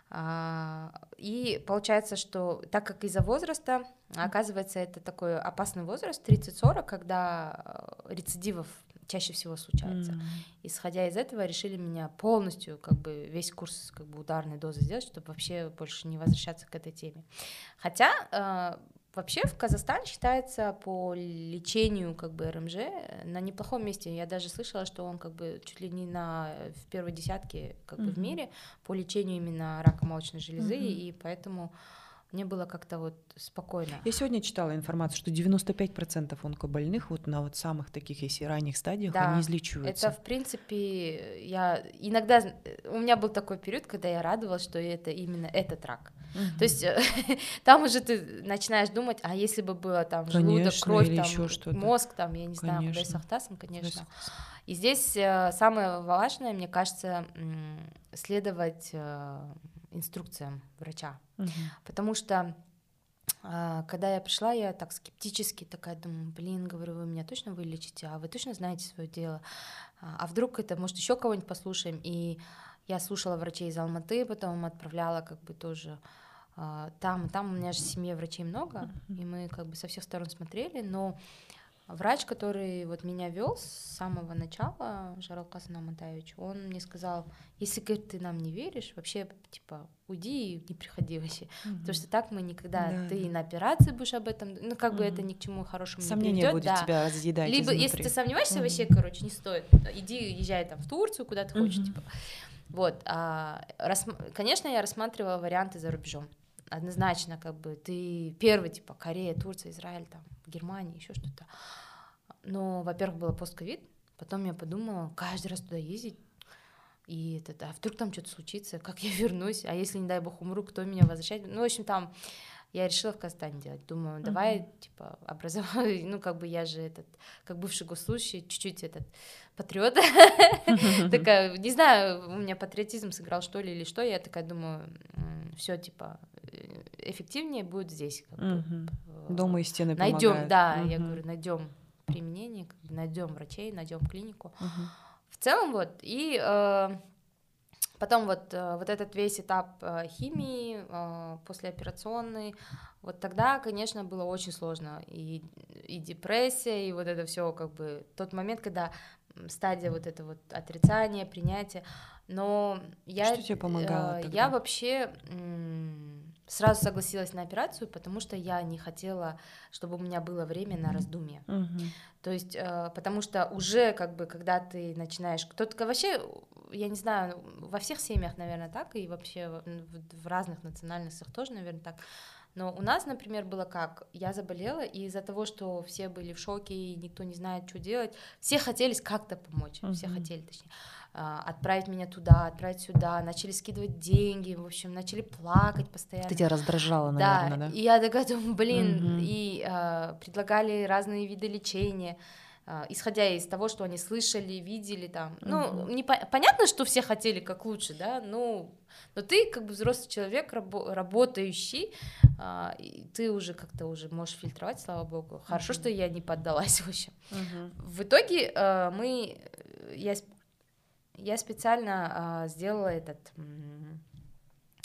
И получается, что так как из-за возраста, оказывается, это такой опасный возраст, тридцать-сорок, когда рецидивов чаще всего случается. Mm. Исходя из этого, решили меня полностью, как бы, весь курс, как бы, ударной дозы сделать, чтобы вообще больше не возвращаться к этой теме. Хотя вообще в Казахстане считается по лечению, как бы, РМЖ на неплохом месте. Я даже слышала, что он, как бы, чуть ли не на, в первой десятке, как бы, mm-hmm. в мире по лечению именно рака молочной железы, mm-hmm. и поэтому мне было как-то вот спокойно. Я сегодня читала информацию, что девяносто пять процентов онкобольных вот на вот самых таких, если ранних стадиях, да, они излечиваются. Это, в принципе, я иногда... У меня был такой период, когда я радовалась, что это именно этот рак. Угу. То есть там уже ты начинаешь думать, а если бы было там желудок, кровь, там, мозг, там, я не знаю, куда с ахтасом, конечно. И здесь самое важное, мне кажется, следовать инструкциям врача. Uh-huh. Потому что а, когда я пришла, я так скептически такая думаю, блин, говорю, вы меня точно вылечите, а вы точно знаете свое дело, а, а вдруг это, может, еще кого-нибудь послушаем. И я слушала врачей из Алматы, потом отправляла как бы тоже а, там, там у меня же в семье врачей много, uh-huh. и мы как бы со всех сторон смотрели, но врач, который вот меня вел с самого начала, Жаралкасан Амантаевич, он мне сказал, если, говорит, ты нам не веришь, вообще, типа, уйди и не приходи вообще, mm-hmm. потому что так мы никогда, да, ты да. на операции будешь об этом, ну, как mm-hmm. бы это ни к чему хорошему Сомнение не приведет. Будет да. тебя разъедать Либо, изнутри. если ты сомневаешься, mm-hmm. вообще, короче, не стоит, иди, езжай там в Турцию, куда ты хочешь, mm-hmm. типа. Вот, а, рас... конечно, я рассматривала варианты за рубежом, однозначно, как бы, ты первый, типа, Корея, Турция, Израиль, там, Германия, еще что-то. Но, во-первых, было постковид, потом я подумала, каждый раз туда ездить, и это, а вдруг там что-то случится, как я вернусь, а если, не дай бог, умру, кто меня возвращает? Ну, в общем, там я решила в Казахстане делать. Думаю, давай, uh-huh. типа, образование, ну, как бы я же этот, как бывший госслужащий, чуть-чуть этот патриот, такая, не знаю, у меня патриотизм сыграл, что ли, или что, я такая думаю, все, типа, эффективнее будет здесь. Дома и стены помогают. Найдем, да, я говорю, найдем применение, как бы найдем врачей, найдем клинику. Uh-huh. В целом вот, и э, потом вот, э, вот этот весь этап э, химии, э, послеоперационный, вот тогда, конечно, было очень сложно, и, и депрессия, и вот это все как бы тот момент, когда стадия вот это вот отрицания, принятия, но я... Что тебе помогало э, тогда? Я вообще... М- Сразу согласилась на операцию, потому что я не хотела, чтобы у меня было время на раздумье. Uh-huh. То есть, э, потому что уже, как бы, когда ты начинаешь... Кто-то вообще, я не знаю, во всех семьях, наверное, так, и вообще в, в разных национальностях тоже, наверное, так. Но у нас, например, было как? Я заболела, и из-за того, что все были в шоке, и никто не знает, что делать, все хотели как-то помочь, uh-huh. все хотели, точнее, отправить меня туда, отправить сюда, начали скидывать деньги, в общем, начали плакать постоянно. Ты тебя раздражала, наверное, да? Да, и я такая думаю, блин, uh-huh. и а, предлагали разные виды лечения, а, исходя из того, что они слышали, видели там. Uh-huh. Ну, не по- понятно, что все хотели как лучше, да, ну, но ты как бы взрослый человек, рабо- работающий, а, и ты уже как-то уже можешь фильтровать, слава богу. Хорошо, uh-huh. что я не поддалась, в общем. Uh-huh. В итоге а, мы, я Я специально а, сделала этот м-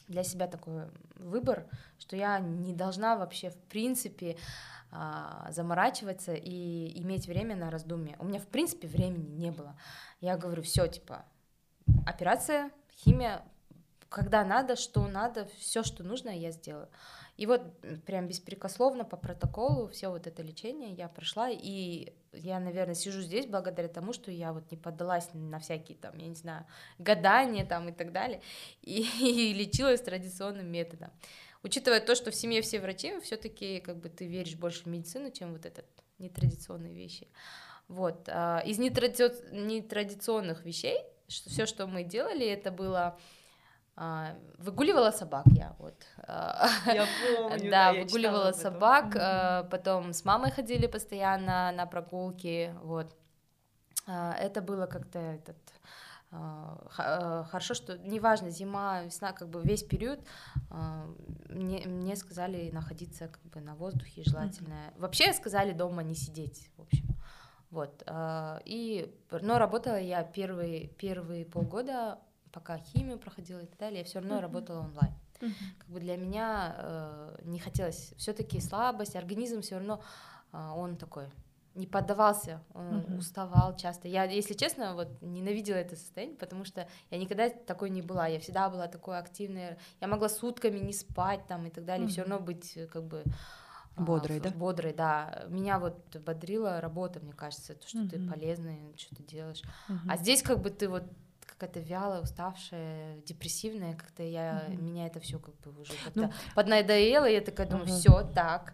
для себя такой выбор, что я не должна вообще в принципе заморачиваться и иметь время на раздумье. У меня в принципе времени не было. Я говорю, все, типа, операция, химия, когда надо, что надо, все, что нужно, я сделаю. И вот прям беспрекословно по протоколу все вот это лечение я прошла, и я, наверное, сижу здесь благодаря тому, что я вот не поддалась на всякие там, я не знаю, гадания там и так далее, и, и лечилась традиционным методом. Учитывая то, что в семье все врачи, все-таки как бы ты веришь больше в медицину, чем вот этот нетрадиционные вещи. Вот. Из нетради... нетрадиционных вещей, что все, что мы делали, это было выгуливала собак я вот. Я помню, да, да, выгуливала собак, mm-hmm. потом с мамой ходили постоянно на прогулки, вот. Это было как-то этот хорошо, что неважно, зима, весна, как бы весь период мне, мне сказали находиться как бы на воздухе желательно. Mm-hmm. Вообще сказали дома не сидеть, в общем. Вот. И, но работала я первые, первые полгода, пока химию проходила и так далее, я все равно mm-hmm. работала онлайн. Mm-hmm. Как бы для меня э, не хотелось, все-таки слабость, организм все равно э, он такой не поддавался, он mm-hmm. уставал часто. Я, если честно, вот ненавидела это состояние, потому что я никогда такой не была, я всегда была такой активной, я могла сутками не спать там и так далее, mm-hmm. все равно быть как бы бодрой, а, да? Бодрой, да. Меня вот бодрила работа, мне кажется, то, что mm-hmm. ты полезный, что ты делаешь. Mm-hmm. А здесь как бы ты вот какая-то вялая, уставшая, депрессивная, как-то я, mm-hmm. меня это все как бы уже как-то ну, поднадоело, и я такая думаю, uh-huh. все так,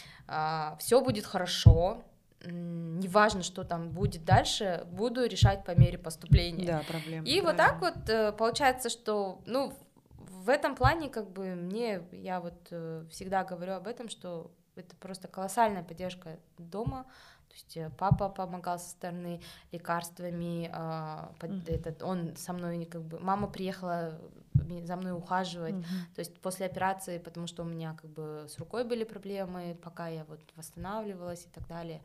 а, все будет хорошо, неважно, что там будет дальше, буду решать по мере поступления. Да, проблемы. И правильно. Вот так вот получается, что, ну, в этом плане как бы мне, я вот всегда говорю об этом, что это просто колоссальная поддержка дома. То есть папа помогал со стороны лекарствами, под mm-hmm. этот, он со мной как бы, мама приехала за мной ухаживать, mm-hmm. то есть после операции, потому что у меня как бы с рукой были проблемы, пока я вот восстанавливалась и так далее.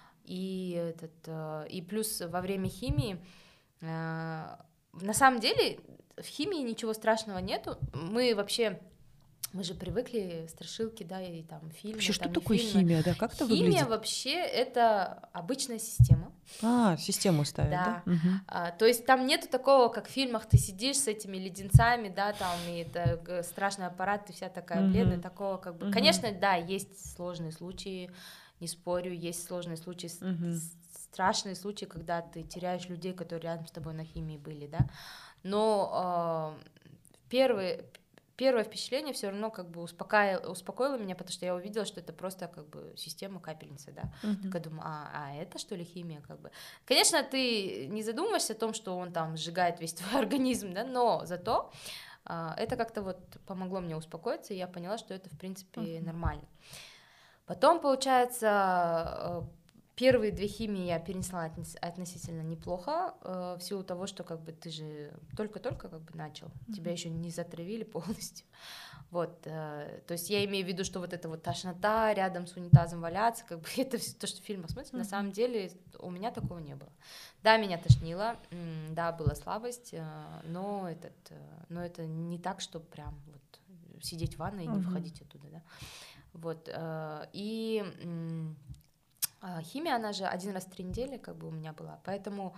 И этот, и плюс во время химии, на самом деле в химии ничего страшного нету, мы вообще Мы же привыкли, страшилки, да, и там фильмы. Вообще, там, что такое фильмы. химия, да, как это химия выглядит? Химия вообще это обычная система. А, систему ставят, да? Да, угу. а, то есть там нету такого, как в фильмах, ты сидишь с этими леденцами, да, там, и это страшный аппарат, ты вся такая угу. бледная, такого как бы... Угу. Конечно, да, есть сложные случаи, не спорю, есть сложные случаи, угу. страшные случаи, когда ты теряешь людей, которые рядом с тобой на химии были, да, но э, первые... Первое впечатление все равно как бы успокоило, успокоило меня, потому что я увидела, что это просто как бы система капельницы, да. Uh-huh. Так я думаю, а, а это что ли химия, как бы. Конечно, ты не задумываешься о том, что он там сжигает весь твой организм, да, но зато а, это как-то вот помогло мне успокоиться, и я поняла, что это в принципе uh-huh. нормально. Потом, получается, первые две химии я перенесла относительно неплохо, э, в силу того, что как бы ты же только-только как бы начал, mm-hmm. тебя еще не затравили полностью, вот, э, то есть я имею в виду, что вот эта вот тошнота рядом с унитазом валяться, как бы это все то, что в фильмах смотрите, mm-hmm. на самом деле у меня такого не было. Да, меня тошнило, да, была слабость, э, но этот, э, но это не так, что прям вот сидеть в ванной и не mm-hmm. выходить оттуда, да, вот, э, и э, химия, она же один раз в три недели как бы у меня была, поэтому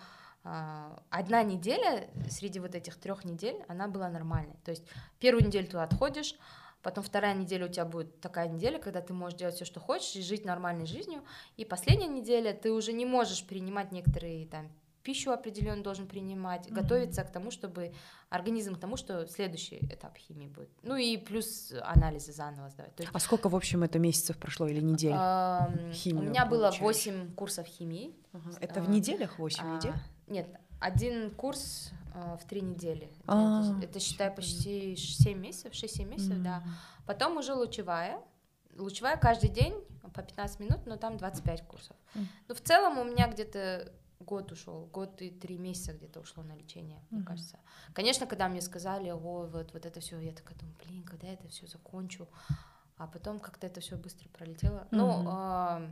э, одна неделя среди вот этих трех недель, она была нормальной, то есть первую неделю ты отходишь, потом вторая неделя у тебя будет такая неделя, когда ты можешь делать все, что хочешь, и жить нормальной жизнью, и последняя неделя ты уже не можешь принимать некоторые там пищу определенно должен принимать, mm-hmm. готовиться к тому, чтобы организм к тому, что следующий этап химии будет. Ну и плюс анализы заново сдавать. То есть, а сколько, в общем, это месяцев прошло или недель? Химию у меня было восемь курсов химии. Uh-huh. Это в неделях восемь а, недель? Нет, один курс а, в три недели. А, это, это, считай, почти семь месяцев, шесть-семь месяцев, mm-hmm. да. Потом уже лучевая. Лучевая каждый день по пятнадцать минут, но там двадцать пять курсов. Mm-hmm. Ну, в целом у меня где-то год ушел, год и три месяца где-то ушло на лечение, mm-hmm. мне кажется. Конечно, когда мне сказали, ой, вот, вот это все, я такая думаю, блин, когда я это все закончу, а потом как-то это все быстро пролетело. Mm-hmm. Ну, а,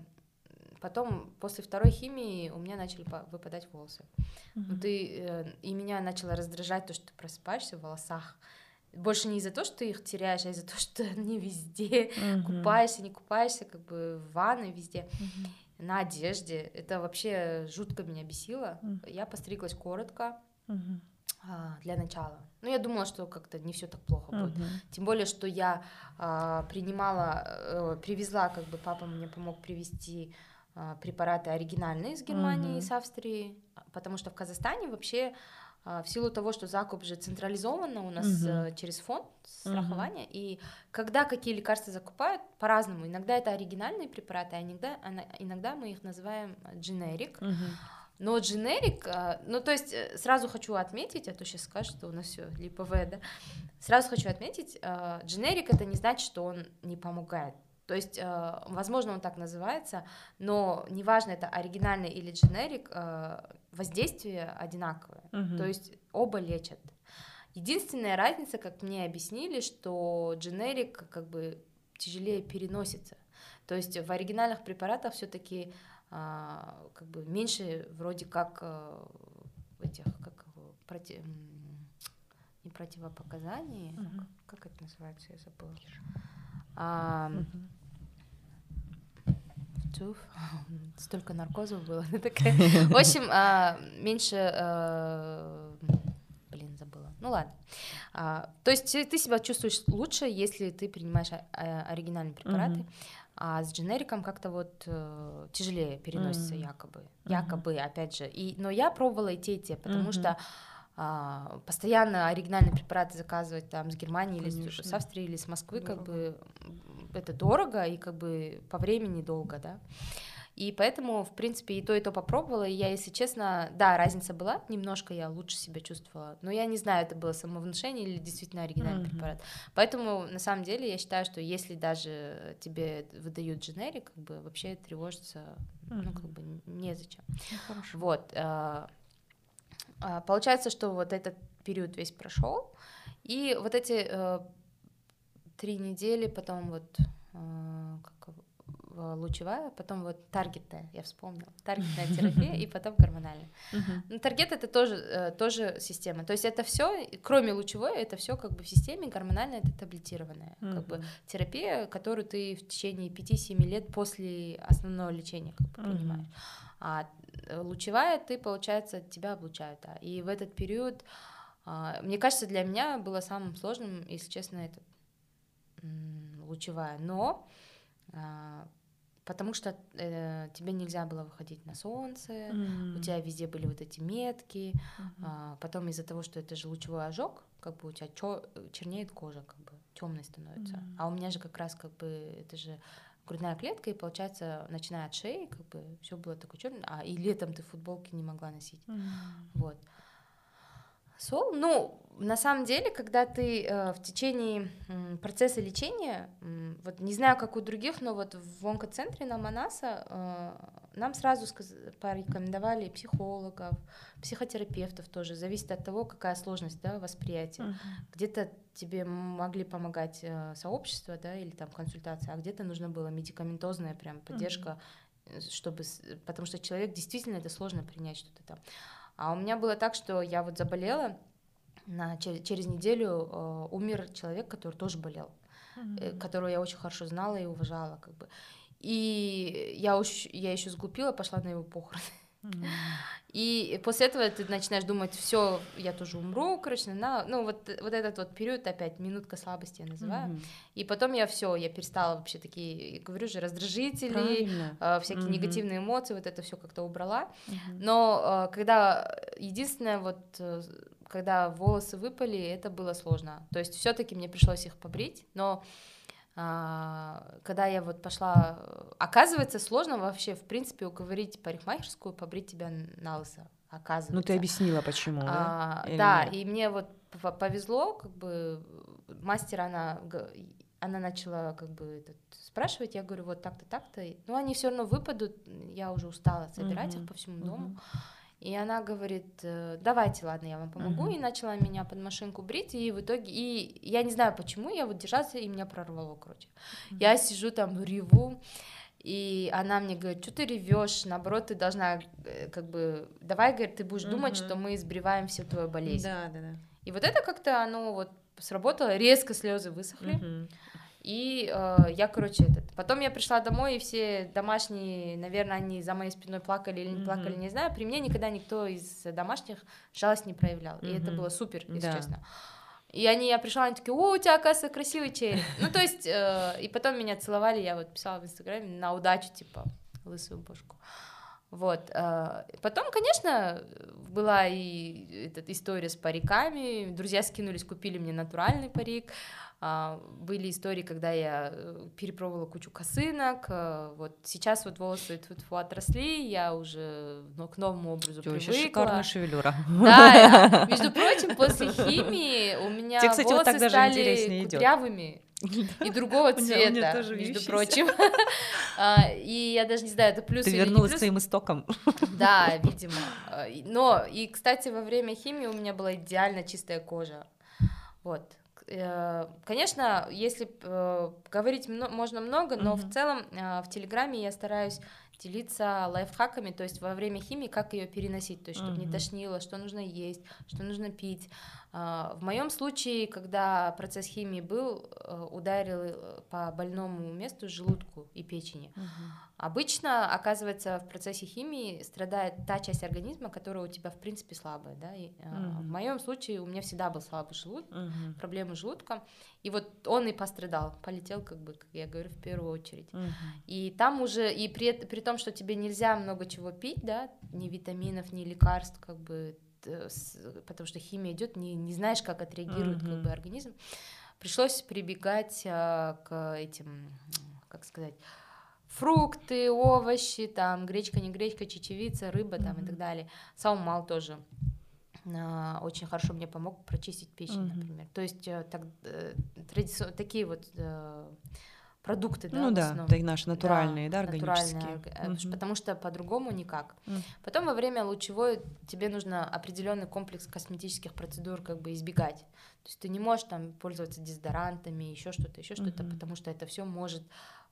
потом после второй химии у меня начали выпадать волосы. Mm-hmm. Ну, ты, и меня начало раздражать то, что ты просыпаешься в волосах, больше не из-за того, что ты их теряешь, а из-за того, что они везде, Мгм. купаешься, не купаешься, как бы в ванной везде, Мгм. на одежде. Это вообще жутко меня бесило. Мгм. Я постриглась коротко Мгм. а, для начала. Но я думала, что как-то не все так плохо будет. Мгм. Тем более, что я а, принимала, э, привезла, как бы папа мне помог привезти а, препараты оригинальные из Германии, Мгм. из Австрии, потому что в Казахстане вообще а, в силу того, что закуп же централизованно у нас Мгм. э, через фонд Мгм. страхования, и когда какие лекарства закупают, по-разному. Иногда это оригинальные препараты, а иногда, ана- иногда мы их называем generic. Мгм. Но generic, а, ну то есть э, сразу хочу отметить, а то сейчас скажут, что у нас все липовое, да. Сразу хочу отметить, а, generic это не значит, что он не помогает. То есть, а, возможно, он так называется, но неважно, это оригинальный или generic, а, воздействие одинаковое. Мгм. То есть оба лечат. Единственная разница, как мне объяснили, что generic как бы тяжелее переносится. То есть в оригинальных препаратах все-таки как бы меньше вроде как а, этих как его, проти... м, не противопоказаний, а Мгм. как, как это называется, я забыла. А, Мгм. Тьфу, столько наркозов было. Такая. В общем, а, меньше, а, блин, забыла. Ну ладно. А, то есть ты себя чувствуешь лучше, если ты принимаешь а- а- оригинальные препараты, Мгм. а с дженериком как-то вот э, тяжелее переносится Мгм. якобы. Мгм. Якобы, опять же. И, но я пробовала и те, и те, потому Мгм. что а, постоянно оригинальные препараты заказывать там с Германии или с, с Конечно. Австрии или с Москвы, как Дорого. бы м, это дорого и как бы по времени долго, да. И поэтому, в принципе, и то, и то попробовала, и я, если честно, да, разница была, немножко я лучше себя чувствовала, но я не знаю, это было самовнушение или действительно оригинальный Мгм. препарат. Поэтому, на самом деле, я считаю, что если даже тебе выдают дженерик, как бы вообще тревожиться, ну, как Мгм. бы незачем. Ну, хорошо. Вот. а, а, Получается, что вот этот период весь прошел, и вот эти э, три недели, потом вот э, как, э, лучевая, потом вот таргетная, я вспомнила, таргетная терапия и потом гормональная. Мгм. Ну, таргет это тоже, э, тоже система, то есть это все, кроме лучевой, это все как бы в системе, гормональная это таблетированная, как бы Мгм. терапия, которую ты в течение пяти-семи лет после основного лечения как бы Мгм. принимаешь. А э, лучевая, ты, получается, тебя облучают, да. И в этот период, а, мне кажется, для меня было самым сложным, если честно, это м, лучевая, но а, потому что э, тебе нельзя было выходить на солнце, у М. тебя везде были вот эти метки, Мгм. а, потом из-за того, что это же лучевой ожог, как бы у тебя чё- чернеет кожа, как бы темной становится, М. а у меня же как раз как бы это же грудная клетка, и получается, начиная от шеи, как бы все было такое черное, а и летом ты футболки не могла носить, М. вот. Сол, ну, на самом деле, когда ты э, в течение м, процесса лечения, м, вот не знаю, как у других, но вот в онкоцентре на Манаса э, нам сразу сказ- порекомендовали психологов, психотерапевтов тоже, зависит от того, какая сложность, да, восприятия. Мгм. Где-то тебе могли помогать э, сообщество, да, или там консультация, а где-то нужна была медикаментозная прям поддержка, э, чтобы, с- потому что человек действительно это сложно принять что-то там. А у меня было так, что я вот заболела, на, через, через неделю э, умер человек, который тоже болел, э, Мгм. которого я очень хорошо знала и уважала, как бы. И я, уж, я еще сглупила, пошла на его похороны. М. И после этого ты начинаешь думать, все, я тоже умру, короче, на, ну вот, вот этот вот период опять, минутка слабости я называю. Мгм. И потом я все, я перестала вообще такие, говорю же, раздражители, Правильно. э, всякие Мгм. негативные эмоции, вот это все как-то убрала. Мгм. Но э, когда единственное вот, э, когда волосы выпали, это было сложно. То есть все-таки мне пришлось их побрить, но а, когда я вот пошла, оказывается, сложно вообще, в принципе, уговорить парикмахерскую побрить тебя на лысо, оказывается. Ну, ты объяснила, почему, да? А, Или да, нет? и мне вот п- повезло, как бы мастер, она, г- она начала как бы этот, спрашивать, я говорю, вот так-то, так-то, ну, они все равно выпадут, я уже устала собирать Мгм. их по всему дому. Мгм. И она говорит, э, давайте, ладно, я вам помогу, Мгм. и начала меня под машинку брить, и в итоге, и я не знаю почему, я вот держалась, и меня прорвало, короче. Мгм. Я сижу там, реву, и она мне говорит, что ты ревешь, наоборот, ты должна, э, как бы, давай, говорит, ты будешь думать, что Мгм. мы сбриваем всю твою болезнь. Да, да, да. И вот это как-то, оно вот сработало, резко слезы высохли. Угу. И э, я, короче, этот... потом я пришла домой, и все домашние, наверное, они за моей спиной плакали или не плакали, mm-hmm. не знаю. При мне никогда никто из домашних жалость не проявлял. Mm-hmm. И это было супер, если да. честно. И они, я пришла, они такие: о, у тебя, оказывается, красивый череп. Ну, то есть, э, и потом меня целовали, я вот писала в Инстаграме на удачу, типа, лысую бошку. Вот. Потом, конечно, была и эта история с париками. Друзья скинулись, купили мне натуральный парик. Были истории, когда я перепробовала кучу косынок. Вот сейчас вот волосы тьфу-тьфу отросли, я уже ну, к новому образу Ты привыкла. Вообще шикарная шевелюра. Да, между прочим, после химии у меня Тебе, кстати, волосы вот так даже стали кудрявыми. И другого цвета, между прочим. И я даже не знаю, это плюс Ты или не плюс. Ты вернулась к своим истокам. Да, видимо. Но, и, кстати, во время химии у меня была идеально чистая кожа. Вот. Конечно, если говорить можно много, но в целом в Телеграме я стараюсь делиться лайфхаками, то есть во время химии, как ее переносить, то есть чтобы uh-huh. не тошнило, что нужно есть, что нужно пить. В моем случае, когда процесс химии был, ударил по больному месту, желудку и печени. Uh-huh. Обычно, оказывается, в процессе химии страдает та часть организма, которая у тебя, в принципе, слабая. Да? И, uh-huh. В моем случае у меня всегда был слабый желудок, uh-huh. проблемы с желудком, и вот он и пострадал, полетел, как бы, как я говорю, в первую очередь. Uh-huh. И там уже, и при, при том, что тебе нельзя много чего пить, да, ни витаминов, ни лекарств, как бы, потому что химия идет, не, не знаешь, как отреагирует uh-huh. как бы, организм, пришлось прибегать а, к этим, как сказать, фрукты, овощи, там, гречка, не гречка, чечевица, рыба, там, uh-huh. и так далее. Саумал тоже а, очень хорошо мне помог прочистить печень, uh-huh. например. То есть так, традиционно, такие вот а, продукты, да, ну в да, основном. это наши натуральные, да, да натуральные, органические. Mm-hmm. Потому что по-другому никак. Mm-hmm. Потом во время лучевой тебе нужно определенный комплекс косметических процедур как бы избегать. То есть ты не можешь там пользоваться дезодорантами, еще что-то, еще mm-hmm. что-то, потому что это все может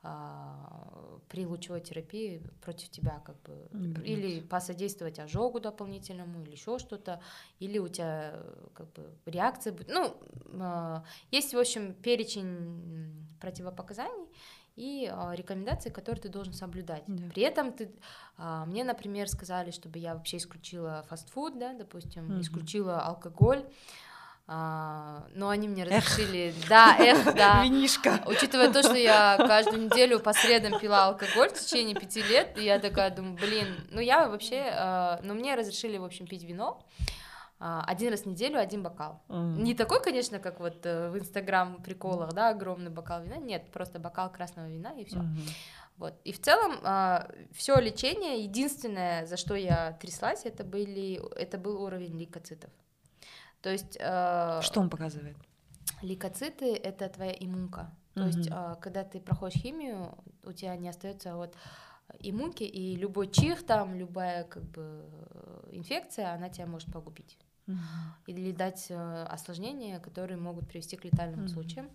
а, при лучевой терапии против тебя как бы mm-hmm. или посодействовать ожогу дополнительному, или еще что-то, или у тебя как бы реакция будет. Ну, а, есть, в общем, перечень противопоказаний и а, рекомендации, которые ты должен соблюдать. Да. При этом ты, а, мне, например, сказали, чтобы я вообще исключила фастфуд, да, допустим, mm-hmm. исключила алкоголь, а, но они мне разрешили, эх. да, эх, да, винишко. Учитывая то, что я каждую неделю по средам пила алкоголь в течение пяти лет, и я такая думаю, блин, ну я вообще, а, ну мне разрешили, в общем, пить вино. Один раз в неделю один бокал. Mm. Не такой, конечно, как вот в Инстаграм приколах, да, огромный бокал вина. Нет, просто бокал красного вина и все. Mm-hmm. Вот. И в целом все лечение, единственное, за что я тряслась, это были, это был уровень лейкоцитов. То есть. Что он показывает? Лейкоциты — это твоя иммунка. То mm-hmm. есть, когда ты проходишь химию, у тебя не остается вот иммунки, и любой чих там, любая как бы инфекция, она тебя может погубить. Uh-huh. Или дать э, осложнения, которые могут привести к летальным uh-huh. случаям.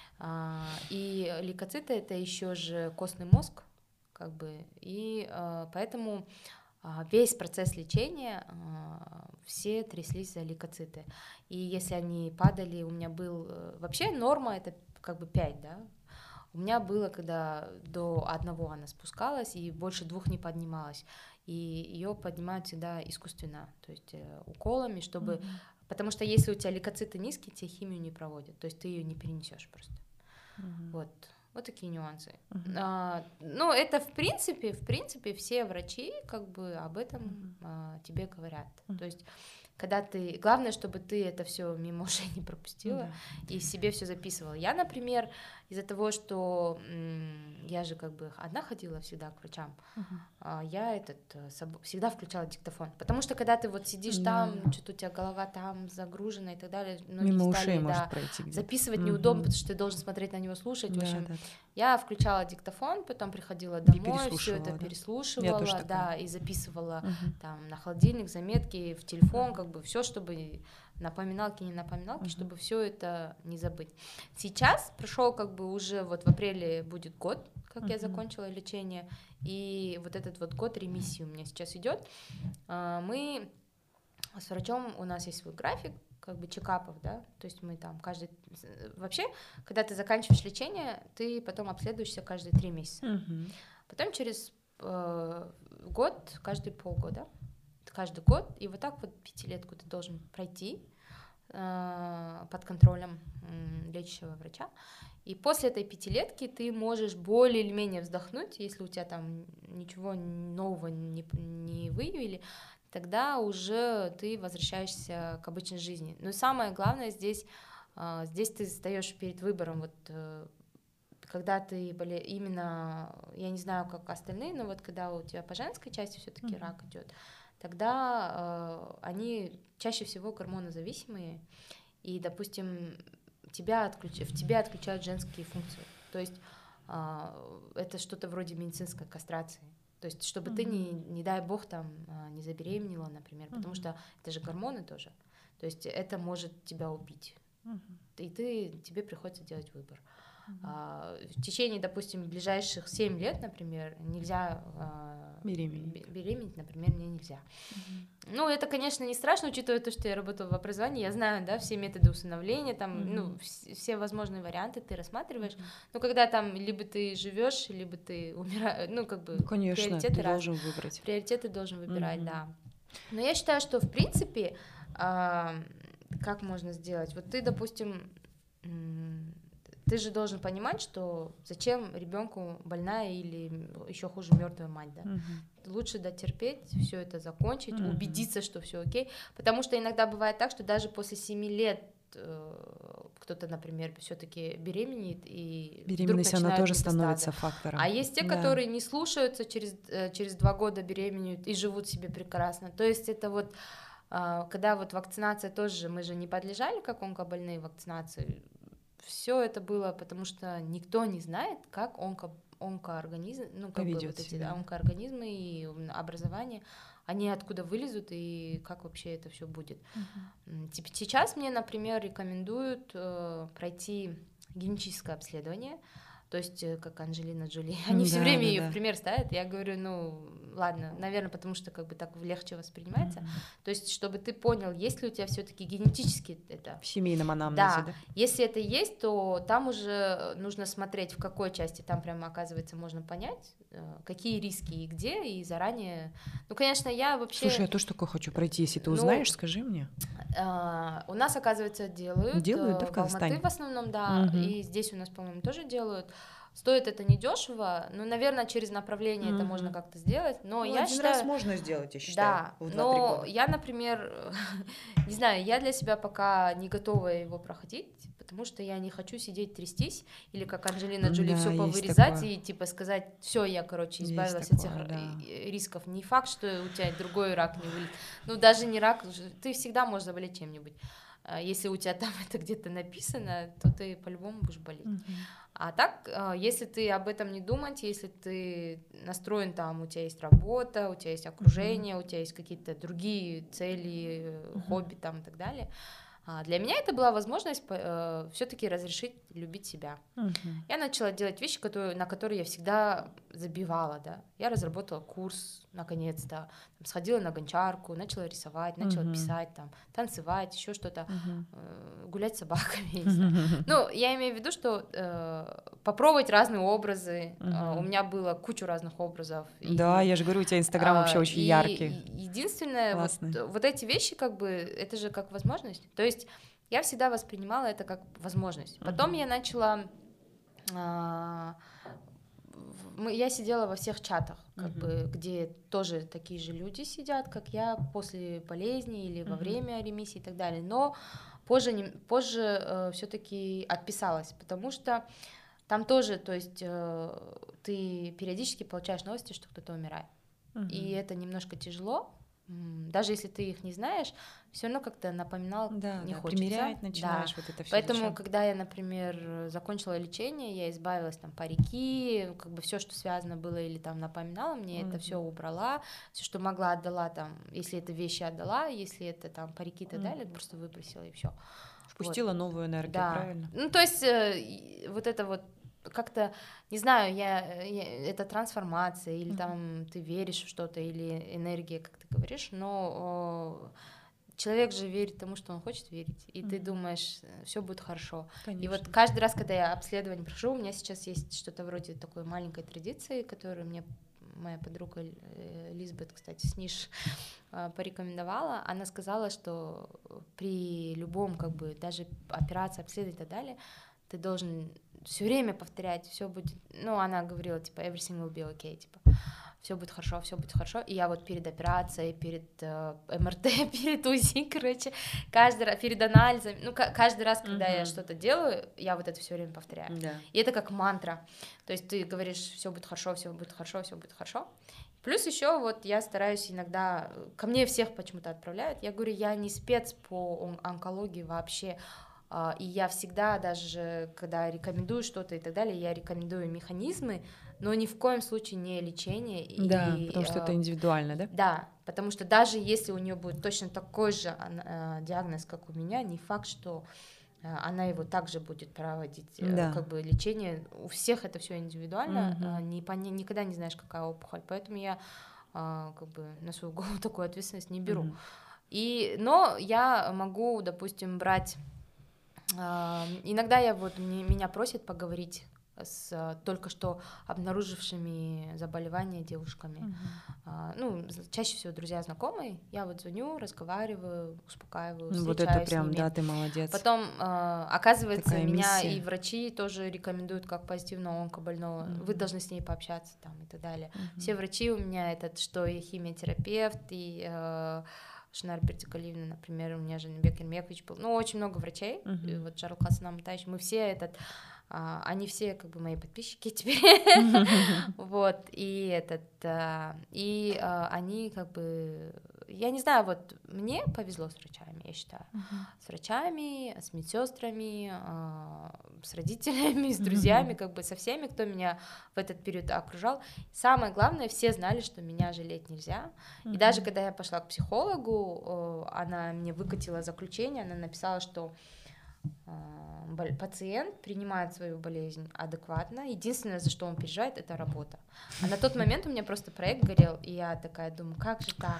А, и лейкоциты — это еще же костный мозг, как бы, и а, поэтому а, весь процесс лечения а, все тряслись за лейкоциты. И если они падали, у меня был... Вообще норма — это как бы пять, да? У меня было, когда до одного она спускалась, и больше двух не поднималась. И ее поднимают всегда искусственно, то есть э, уколами, чтобы... Mm-hmm. Потому что если у тебя лейкоциты низкие, тебе химию не проводят, то есть ты ее не перенесешь просто. Mm-hmm. Вот. Вот такие нюансы. Mm-hmm. А, ну, это в принципе, в принципе, все врачи как бы об этом mm-hmm. а, тебе говорят. Mm-hmm. То есть когда ты... Главное, чтобы ты это все мимо ушей не пропустила mm-hmm. и себе все записывала. Я, например, из-за того, что м- я же как бы одна ходила всегда к врачам, uh-huh. а, я этот соб- всегда включала диктофон. Потому что когда ты вот сидишь yeah. там, что-то у тебя голова там загружена и так далее, ноги мимо встали, ушей да, может пройти где-то. Записывать uh-huh. неудобно, потому что ты должен смотреть на него, слушать. Да, в общем, да. я включала диктофон, потом приходила домой, все это да? переслушивала, да, и записывала uh-huh. там на холодильник, заметки, в телефон, uh-huh. как бы все, чтобы... напоминалки, не напоминалки, uh-huh. чтобы все это не забыть. Сейчас прошел как бы уже вот в апреле будет год, как uh-huh. я закончила лечение, и вот этот вот год ремиссии у меня сейчас идет. Мы с врачом, у нас есть свой график, как бы чекапов, да, то есть мы там каждый... Вообще, когда ты заканчиваешь лечение, ты потом обследуешься каждые три месяца. Uh-huh. Потом через э, год, каждые полгода, каждый год, и вот так вот пятилетку ты должен пройти э, под контролем э, лечащего врача. И после этой пятилетки ты можешь более или менее вздохнуть, если у тебя там ничего нового не, не выявили, тогда уже ты возвращаешься к обычной жизни. Но самое главное здесь, э, здесь ты встаешь перед выбором, вот, э, когда ты боле... именно, я не знаю, как остальные, но вот когда у тебя по женской части все-таки mm-hmm. рак идет, тогда э, они чаще всего гормонозависимые, и, допустим, тебя отключ... в тебя отключают женские функции. То есть э, это что-то вроде медицинской кастрации. То есть чтобы mm-hmm. ты, не, не дай бог, там, не забеременела, например, потому mm-hmm. что это же гормоны тоже. То есть это может тебя убить. Mm-hmm. И ты, тебе приходится делать выбор. Uh-huh. В течение, допустим, ближайших семь лет, например, нельзя uh, беременеть. беременеть, например, мне нельзя. Uh-huh. Ну, это, конечно, не страшно, учитывая то, что я работала в образовании, я знаю, да, все методы усыновления, там, uh-huh. ну, вс- все возможные варианты ты рассматриваешь, uh-huh. но когда там либо ты живешь, либо ты умираешь, ну, как бы, ну, конечно, приоритеты ты раз... должен выбрать. Приоритеты должен выбирать, uh-huh. да. Но я считаю, что, в принципе, uh, как можно сделать? Вот ты, допустим, ты же должен понимать, что зачем ребенку больная или еще хуже мертвая мать, да? Uh-huh. Лучше дотерпеть, все это закончить, uh-huh. убедиться, что все окей, потому что иногда бывает так, что даже после семи лет э, кто-то, например, все-таки беременеет и беременность она тоже становится фактором. А есть те, да. которые не слушаются, через через два года беременеют и живут себе прекрасно. То есть это вот э, когда вот вакцинация тоже, мы же не подлежали как онкобольные вакцинации. Все это было, потому что никто не знает, как онко, онкоорганизм, ну, как бы вот эти да, онкоорганизмы и образование, они откуда вылезут и как вообще это все будет. Uh-huh. Сейчас мне, например, рекомендуют э, пройти генетическое обследование, то есть как Анджелина Джоли. Они да, все время да, ее да. в пример ставят. Я говорю, ну ладно, наверное, потому что как бы так легче воспринимается. Mm-hmm. То есть, чтобы ты понял, есть ли у тебя все-таки генетически это. В семейном анамнезе, да. да? Если это есть, то там уже нужно смотреть, в какой части. Там прямо, оказывается, можно понять, какие риски и где, и заранее. Ну, конечно, я вообще. Слушай, я тоже такое хочу пройти. Если ты узнаешь, ну, скажи мне. Uh, у нас, оказывается, делают. Делают, да, в Казахстане? В Алматы в основном, да. Uh-huh. И здесь у нас, по-моему, тоже делают. Стоит это недешево, ну, наверное, через направление uh-huh. это можно как-то сделать, но ну, я один считаю... раз можно сделать, я считаю, да, в два-три но года. Я, например, не знаю, я для себя пока не готова его проходить, потому что я не хочу сидеть трястись, или как Анджелина Джоли да, все повырезать и типа сказать, все, я, короче, избавилась от этих да. рисков. Не факт, что у тебя другой рак не вылезет. Ну, даже не рак, ты всегда можешь заболеть чем-нибудь. Если у тебя там это где-то написано, то ты по-любому будешь болеть. Uh-huh. А так, если ты об этом не думать, если ты настроен там, у тебя есть работа, у тебя есть окружение, uh-huh. у тебя есть какие-то другие цели, uh-huh. хобби там и так далее, для меня это была возможность э, все-таки разрешить любить себя. Uh-huh. Я начала делать вещи, которые, на которые я всегда забивала, да. Я разработала курс, наконец-то, там, сходила на гончарку, начала рисовать, начала uh-huh. писать, там, танцевать, еще что-то, uh-huh. э, гулять с собаками. Uh-huh. Ну, я имею в виду, что э, попробовать разные образы. Uh-huh. Э, у меня было кучу разных образов. Да, и, я же говорю, у тебя Инстаграм э, вообще очень яркий. Единственное, вот, вот эти вещи, как бы, это же как возможность. То есть я всегда воспринимала это как возможность. Потом uh-huh. я начала... Э, я сидела во всех чатах, как uh-huh. бы, где тоже такие же люди сидят, как я, после болезни или во uh-huh. время ремиссии и так далее. Но позже, не, позже э, все-таки отписалась, потому что там тоже, то есть э, ты периодически получаешь новости, что кто-то умирает. Uh-huh. И это немножко тяжело. Даже если ты их не знаешь, все равно как-то напоминал да, не да, хочется. Примерять начинаешь да. вот это все. Поэтому, зачем? Когда я, например, закончила лечение, я избавилась там парики, как бы все, что связано было или там напоминало мне, mm-hmm. это все убрала, все, что могла, отдала там, если это вещи отдала, если это там парики и так mm-hmm. далее, просто выбросила и все. Впустила вот. Новую энергию, да. правильно? Ну то есть э, вот это вот как-то, не знаю, я, я, это трансформация, или mm-hmm. там ты веришь в что-то, или энергия, как ты говоришь, но о, человек же верит тому, что он хочет верить, и Mm-hmm. ты думаешь, все будет хорошо. Конечно. И вот каждый раз, когда я обследование прохожу, у меня сейчас есть что-то вроде такой маленькой традиции, которую мне моя подруга Лизбет, кстати, Сниш, порекомендовала. Она сказала, что при любом, как бы, даже операции, обследование и так далее, ты должен все время повторять, все будет, ну, она говорила, типа, everything will be okay, типа, все будет хорошо, все будет хорошо. И я вот перед операцией, перед э, эм эр тэ, перед УЗИ, короче, каждый раз, перед анализом, ну, к- каждый раз, когда uh-huh. я что-то делаю, я вот это все время повторяю. Yeah. И это как мантра. То есть ты говоришь, все будет хорошо, все будет хорошо, все будет хорошо. Плюс еще вот я стараюсь иногда, ко мне всех почему-то отправляют, я говорю, я не спец по онкологии вообще. И я всегда, даже когда рекомендую что-то и так далее, я рекомендую механизмы, но ни в коем случае не лечение. Да, и, потому что э, это индивидуально, да? Да, потому что даже если у нее будет точно такой же э, диагноз, как у меня, не факт, что э, она его также будет проводить, э, да. как бы лечение. У всех это все индивидуально, mm-hmm. э, не, никогда не знаешь, какая опухоль, поэтому я э, как бы на свою голову такую ответственность не беру. Mm-hmm. И, но я могу, допустим, брать... Иногда я вот, меня просят поговорить с только что обнаружившими заболевания девушками. Uh-huh. Ну, чаще всего друзья, знакомые. Я вот звоню, разговариваю, успокаиваю, встречаюсь вот это прям, с ними. Да, ты молодец. Потом, оказывается, Такая меня миссия. и врачи тоже рекомендуют как позитивного онкобольного. Uh-huh. Вы должны с ней пообщаться там и так далее. Uh-huh. Все врачи у меня, этот, что и химиотерапевт, и... Шнар Бердикалиевна, например, у меня же Бекер Мекович был, ну, очень много врачей, uh-huh. и вот Шарль Хасан Амтаевич, мы все этот, а, они все как бы мои подписчики теперь, вот, и этот, а, и а, они как бы, я не знаю, вот мне повезло с врачами, я считаю, uh-huh. с врачами, с медсестрами, а, с родителями, с друзьями, uh-huh. как бы со всеми, кто меня в этот период окружал. Самое главное, все знали, что меня жалеть нельзя, uh-huh. и даже когда я пошла к психологу, она мне выкатила заключение, она написала, что пациент принимает свою болезнь адекватно. Единственное, за что он переживает, это работа. А на тот момент у меня просто проект горел, и я такая думаю, как же так?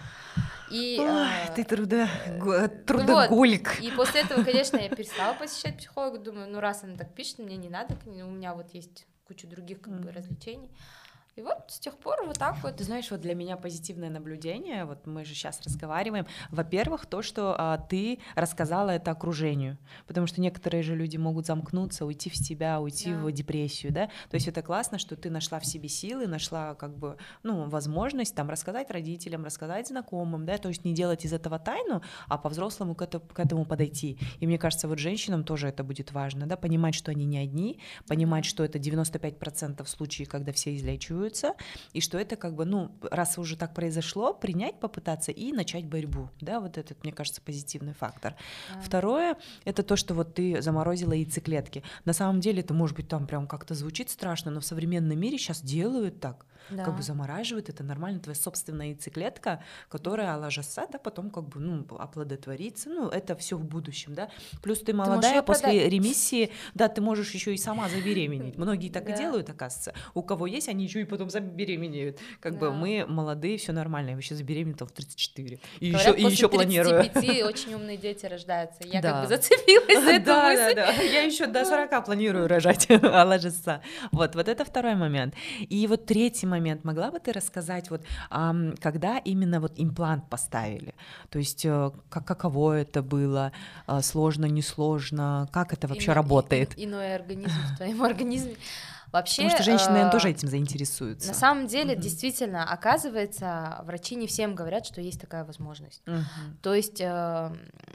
И, Ой, а... ты трудо... трудоголик. Вот. И после этого, конечно, я перестала посещать психолога. Думаю, ну раз она так пишет, мне не надо, у меня вот есть куча других как бы развлечений. И вот с тех пор вот так вот. Ты знаешь, вот для меня позитивное наблюдение, вот мы же сейчас разговариваем, во-первых, то, что а, ты рассказала это окружению, потому что некоторые же люди могут замкнуться, уйти в себя, уйти да. в депрессию, да, то есть это классно, что ты нашла в себе силы, нашла как бы, ну, возможность там рассказать родителям, рассказать знакомым, да, то есть не делать из этого тайну, а по-взрослому к, это, к этому подойти. И мне кажется, вот женщинам тоже это будет важно, да, понимать, что они не одни, понимать, mm-hmm. что это девяносто пять процентов случаев, когда все излечиваются, и что это как бы, ну, раз уже так произошло, принять, попытаться и начать борьбу, да, вот этот, мне кажется, позитивный фактор. Да. Второе, это то, что вот ты заморозила яйцеклетки. На самом деле это, может быть, там прям как-то звучит страшно, но в современном мире сейчас делают так, да. как бы замораживают, это нормально, твоя собственная яйцеклетка, которая ложится, да, потом как бы, ну, оплодотворится, ну, это все в будущем, да. Плюс ты молодая, ты после продать. ремиссии, да, ты можешь еще и сама забеременеть. Многие так да. и делают, оказывается. У кого есть, они еще и потом забеременеют. Как да. бы мы молодые, все нормально. Я вообще забеременела в тридцать четыре. И еще, и еще планирую. После тридцати пяти очень умные дети рождаются. Я да. как бы зацепилась за эту да, мысль. Да, да. Я еще до сорока планирую рожать, а ложиться. Вот, вот это второй момент. И вот третий момент. Могла бы ты рассказать, вот, когда именно вот имплант поставили? То есть как, каково это было? Сложно, несложно? Как это вообще Ино, работает? И, иной организм в твоем организме. Вообще, потому что женщины, наверное, тоже этим заинтересуются. На самом деле, uh-huh. действительно, оказывается, врачи не всем говорят, что есть такая возможность. Uh-huh. То есть э,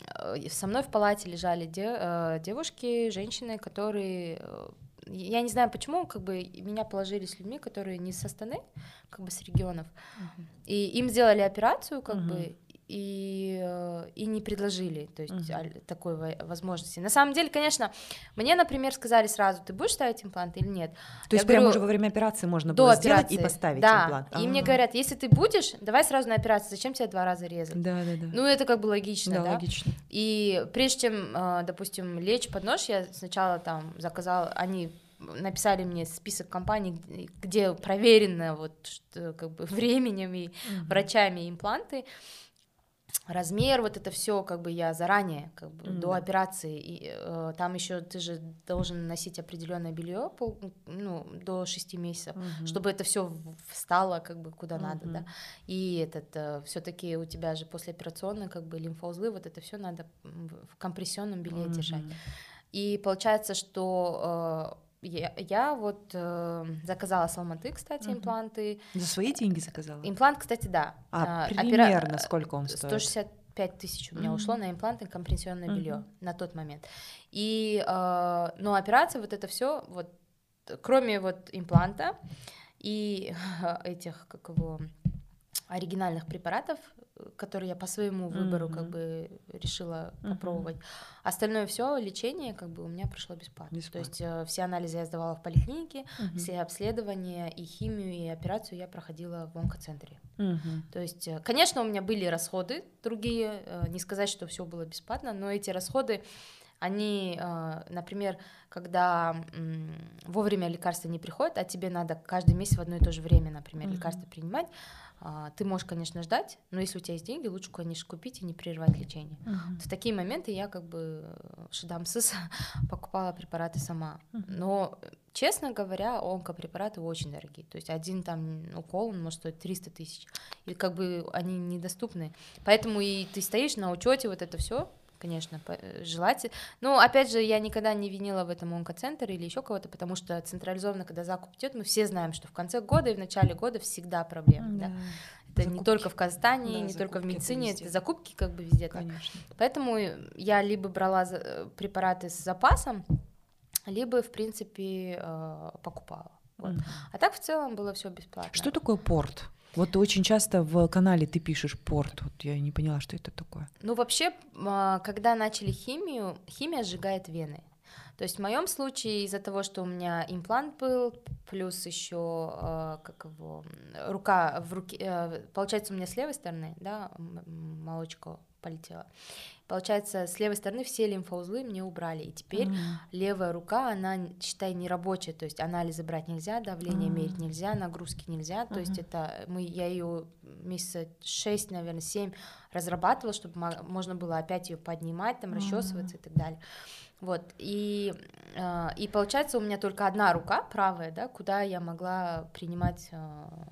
со мной в палате лежали де, э, девушки, женщины, которые... Э, я не знаю, почему, как бы меня положили с людьми, которые не с Астаны, как бы с регионов, uh-huh. и им сделали операцию, как uh-huh. бы, и, и не предложили, то есть uh-huh. такой возможности. На самом деле, конечно, мне, например, сказали сразу, ты будешь ставить имплант или нет? То есть прямо уже во время операции можно было операции. сделать и поставить да. имплант? Да, и мне говорят, если ты будешь, давай сразу на операцию, зачем тебе два раза резать? Да, да, да. Ну, это как бы логично, да? Да, логично. И прежде чем, допустим, лечь под нож, я сначала там заказала, они... написали мне список компаний, где проверено вот, как бы, временем и uh-huh. врачами импланты. размер, вот это все, как бы я заранее, как бы Mm, до да. операции, и, э, там еще ты же должен носить определенное белье, ну, до шести месяцев, Мгм. чтобы это все встало, как бы куда Мгм. надо, да. И этот, все-таки у тебя же послеоперационные, как бы лимфоузлы, вот это все надо в в компрессионном белье держать. Мгм. И получается, что э, я, я вот э, заказала с Алматы, кстати, Мгм. импланты. За свои деньги заказала? Имплант, кстати, да. А А, примерно опера- сколько он сто стоит? шестьдесят пять тысяч у меня Мгм. ушло на импланты, компрессионное Мгм. белье на тот момент. И, э, но операция, вот это все, вот, кроме вот импланта и этих, как его, оригинальных препаратов, которые я по своему выбору Мгм. как бы решила Мгм. попробовать. Остальное все лечение как бы у меня прошло бесплатно. Бесплатно. То есть э, все анализы я сдавала в поликлинике, Мгм. все обследования и химию, и операцию я проходила в онкоцентре. Мгм. То есть, э, конечно, у меня были расходы другие, э, не сказать, что все было бесплатно, но эти расходы, они, э, например, когда м, вовремя лекарства не приходят, а тебе надо каждый месяц в одно и то же время, например, Мгм. лекарства принимать, а, ты можешь, конечно, ждать, но если у тебя есть деньги, лучше, конечно, купить и не прерывать лечение. Мгм. В такие моменты я как бы э, шидам-сыс покупала препараты сама. Мгм. Но, честно говоря, онкопрепараты очень дорогие. То есть один там укол, он может стоить триста тысяч. И как бы они недоступны. Поэтому и ты стоишь на учете, вот это все. Конечно, по- э, желательно. Но опять же, я никогда не винила в этом онкоцентр или еще кого-то, потому что централизованно, когда закуп идет, мы все знаем, что в конце года и в начале года всегда проблемы. Да. Да. Это не Закупки. только в Казахстане, Да, не только в закупки это медицине, это, везде. закупки как бы везде так. Конечно. Поэтому я либо брала за- э, препараты с запасом, либо, в принципе, э, покупала. Вот. Мгм. А так в целом было все бесплатно. Что такое порт? Вот очень часто в канале ты пишешь порт. Вот я не поняла, что это такое. Ну, вообще, а, когда начали химию, химия сжигает вены. То есть в моем случае из-за того, что у меня имплант был, плюс еще э, как его м, рука в руке, э, получается у меня с левой стороны, да, м- м, молочко полетело. Получается, с левой стороны все лимфоузлы мне убрали, и теперь Мгм. левая рука, она, считай, нерабочая, то есть анализы брать нельзя, давление А. мерить нельзя, нагрузки нельзя, то есть Мгм. это мы, я ее месяца шесть, наверное, семь разрабатывала, чтобы мо- можно было опять ее поднимать, там, расчесываться и так далее. Вот, и, э, и получается, у меня только одна рука правая, да, куда я могла принимать э,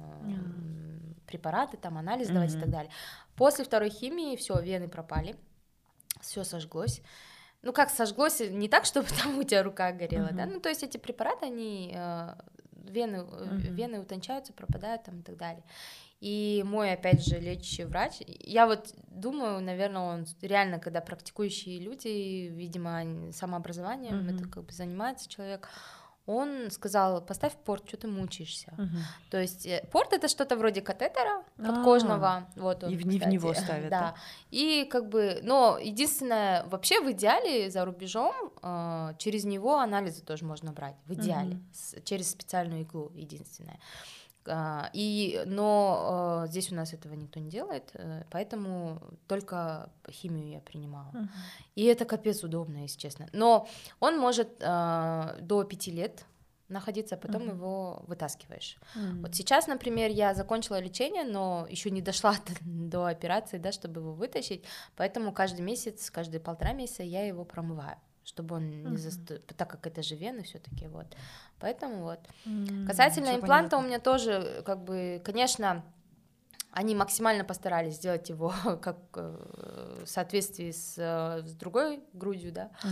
м, препараты, там, анализ давать и Мгм. так далее. После второй химии все, вены пропали, все сожглось. Ну, как сожглось, не так, чтобы там у тебя рука горела, Мгм. да, ну, то есть эти препараты, они, э, вены, э, Мгм. вены утончаются, пропадают там и так далее. И мой, опять же, лечащий врач, я вот думаю, наверное, он реально, когда практикующие люди, видимо, они самообразованием, Мгм. это как бы занимается человек, он сказал, поставь порт, что ты мучаешься. Мгм. То есть э, порт — это что-то вроде катетера А. подкожного, вот он, И в не в кстати, него ставят, да. И как бы, но единственное, вообще в идеале за рубежом э, через него анализы тоже можно брать, в идеале, Мгм. с- через специальную иглу, единственное. А, И, но э, здесь у нас этого никто не делает, э, поэтому только химию я принимала. Мгм. И это капец удобно, если честно. Но он может э, до пяти лет находиться, а потом Мгм. его вытаскиваешь. М. Вот сейчас, например, я закончила лечение, но еще не дошла до операции, да, чтобы его вытащить, поэтому каждый месяц, каждые полтора месяца я его промываю, чтобы он не Мгм. застой, так как это же вены все-таки, вот. Поэтому вот. М, Касательно всё импланта, понятно. у меня тоже, как бы, конечно, они максимально постарались сделать его как э, в соответствии с, э, с другой грудью, да, Мгм.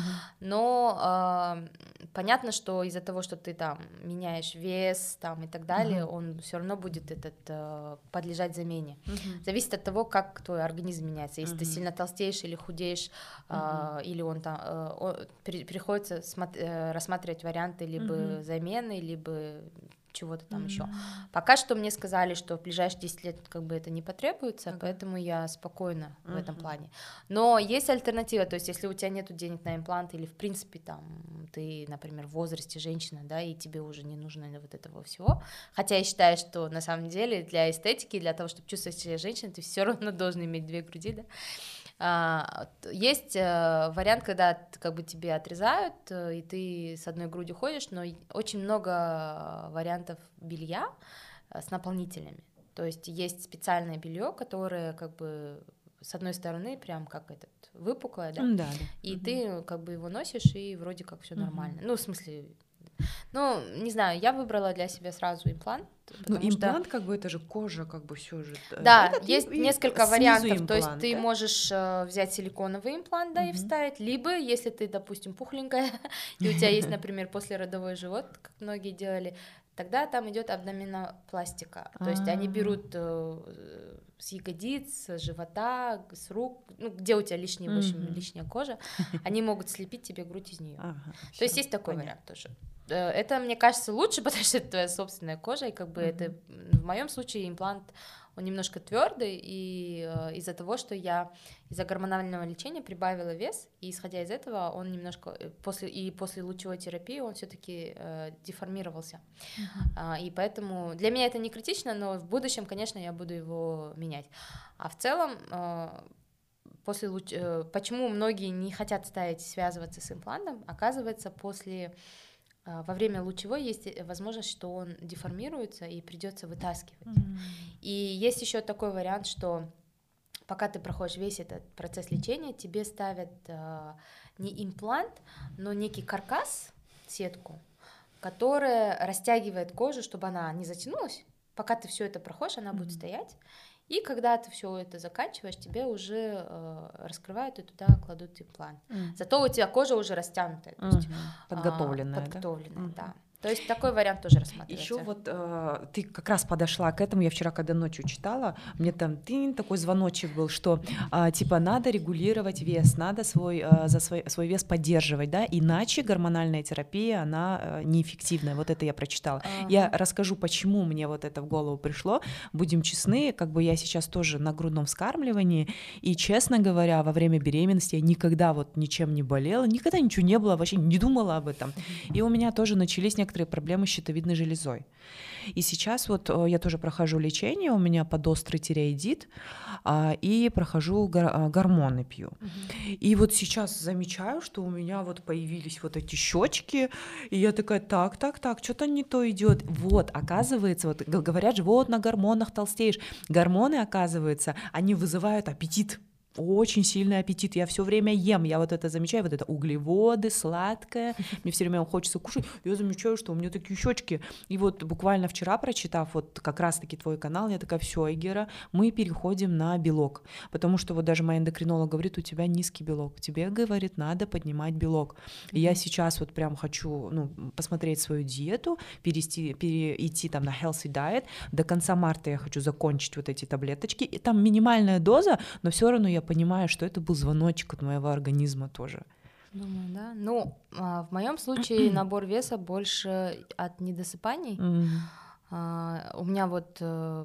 но э, понятно, что из-за того, что ты там меняешь вес там и так далее, Мгм. он все равно будет этот э, подлежать замене. Мгм. Зависит от того, как твой организм меняется. Если ты Мгм. сильно толстеешь или худеешь, э, или он там э, о- при- приходится смот- э, рассматривать варианты либо Мгм. замены, либо чего-то там еще. М. Пока что мне сказали, что в ближайшие десять лет как бы это не потребуется, Ага. поэтому я спокойна в этом Мгм. плане. Но есть альтернатива, то есть если у тебя нет денег на имплант или в принципе там ты, например, в возрасте женщина, да, и тебе уже не нужно вот этого всего, хотя я считаю, что на самом деле для эстетики, для того, чтобы чувствовать себя женщиной, ты все равно должен иметь две груди, да. А, есть э, вариант, когда т- как бы тебе отрезают, э, и ты с одной грудью ходишь, но и очень много вариантов белья э, с наполнителями. То есть есть специальное белье, которое как бы с одной стороны прям как этот выпуклая, да, да, да. и угу. ты как бы его носишь, и вроде как все нормально. Ну, в смысле, ну, не знаю, я выбрала для себя сразу имплант. Ну, имплант, что... как бы, это же кожа, как бы все же. Да, Этот есть и, несколько и вариантов. имплант, То есть ты да? можешь э, взять силиконовый имплант, да, угу. и вставить, либо, если ты, допустим, пухленькая, и у тебя есть, например, послеродовой живот, как многие делали, тогда там идет абдоминопластика. То есть они берут э, с ягодиц, с живота, с рук, ну, где у тебя лишняя, в общем, лишняя кожа, они могут слепить тебе грудь из нее. Ага, то есть есть такой понятно. Вариант тоже. Это, мне кажется, лучше, потому что это твоя собственная кожа, и как бы mm-hmm. это, в моем случае, имплант, он немножко твердый, и э, из-за того, что я из-за гормонального лечения прибавила вес, и исходя из этого, он немножко, после, и после лучевой терапии он все-таки э, деформировался. Mm-hmm. А, и поэтому для меня это не критично, но в будущем, конечно, я буду его менять. А в целом... Э, После луч... Почему многие не хотят ставить, связываться с имплантом? Оказывается, после во время лучевой есть возможность, что он деформируется и придется вытаскивать. Mm-hmm. И есть еще такой вариант, что пока ты проходишь весь этот процесс лечения, тебе ставят э, не имплант, но некий каркас, сетку, которая растягивает кожу, чтобы она не затянулась. Пока ты все это проходишь, она mm-hmm. будет стоять. И когда ты все это заканчиваешь, тебе уже э, раскрывают и туда кладут имплант. Mm. Зато у тебя кожа уже растянутая, то есть, mm-hmm. подготовленная, а, подготовленная, да. да. То есть такой вариант тоже рассматривается. Еще вот э, ты как раз подошла к этому, я вчера, когда ночью читала, мне там тынь, такой звоночек был, что э, типа надо регулировать вес, надо свой, э, за свой, свой вес поддерживать, да, иначе гормональная терапия, она э, неэффективная, вот это я прочитала. Uh-huh. Я расскажу, почему мне вот это в голову пришло, будем честны, как бы я сейчас тоже на грудном вскармливании, и, честно говоря, во время беременности я никогда вот ничем не болела, никогда ничего не было, вообще не думала об этом, и у меня тоже начались некоторые некоторые проблемы с щитовидной железой. И сейчас вот я тоже прохожу лечение, у меня подострый тиреоидит, и прохожу гормоны пью. Угу. И вот сейчас замечаю, что у меня вот появились вот эти щечки, и я такая, так, так, так, что-то не то идет. Вот, оказывается, вот говорят же, вот на гормонах толстеешь. Гормоны, оказывается, они вызывают аппетит. Очень сильный аппетит, я все время ем, я вот это замечаю, вот это углеводы, сладкое, мне все время хочется кушать, я замечаю, что у меня такие щечки, и вот буквально вчера, прочитав вот как раз-таки твой канал, я такая, все, Айгера, мы переходим на белок, потому что вот даже моя эндокринолог говорит, у тебя низкий белок, тебе, говорит, надо поднимать белок, и я сейчас вот прям хочу, ну, посмотреть свою диету, перейти, перейти там на healthy diet, до конца марта я хочу закончить вот эти таблеточки, и там минимальная доза, но все равно я понимаю, что это был звоночек от моего организма тоже. Думаю, да. Ну, в моем случае набор веса больше от недосыпаний. Mm-hmm. У меня вот,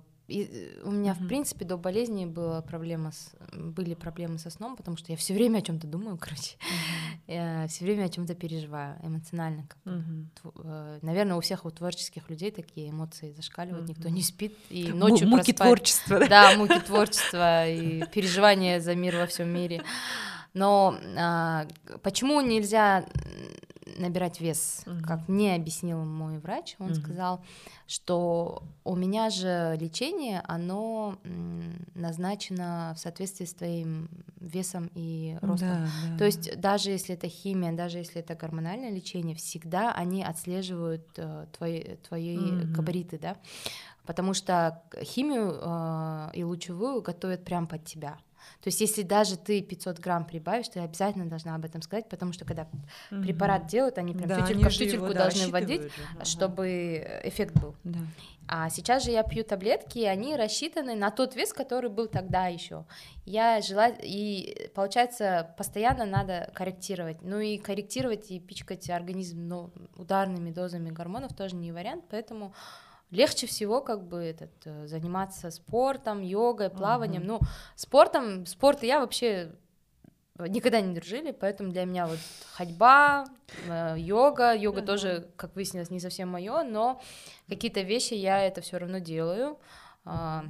и, у меня mm-hmm. в принципе до болезни была проблема с, были проблемы со сном, потому что я все время о чем-то думаю, короче, mm-hmm. я все время о чем-то переживаю эмоционально. Как mm-hmm. Наверное, у всех у творческих людей такие эмоции зашкаливают, mm-hmm. никто не спит и ночью М- муки проспать. творчества, да? Да, муки творчества и переживания за мир во всем мире. Но а, почему нельзя набирать вес, uh-huh. как мне объяснил мой врач, он uh-huh. сказал, что у меня же лечение, оно назначено в соответствии с твоим весом и ростом. Да, да. То есть даже если это химия, даже если это гормональное лечение, всегда они отслеживают э, твои, твои uh-huh. габариты, да, потому что химию э, и лучевую готовят прямо под тебя. То есть если даже ты пятьсот грамм прибавишь, ты обязательно должна об этом сказать, потому что когда угу. препарат делают, они прям да, тютелька в тютельку его, должны да, вводить, же. Чтобы эффект был. Да. А сейчас же я пью таблетки, и они рассчитаны на тот вес, который был тогда еще. Я жила, и получается, постоянно надо корректировать. Ну и корректировать и пичкать организм ну, ударными дозами гормонов тоже не вариант, поэтому... Легче всего как бы этот, заниматься спортом, йогой, плаванием. Uh-huh. Ну, спортом, спорт и я вообще никогда не дружили, поэтому для меня вот ходьба, йога, йога uh-huh. тоже, как выяснилось, не совсем мое, но какие-то вещи я это все равно делаю. Uh-huh.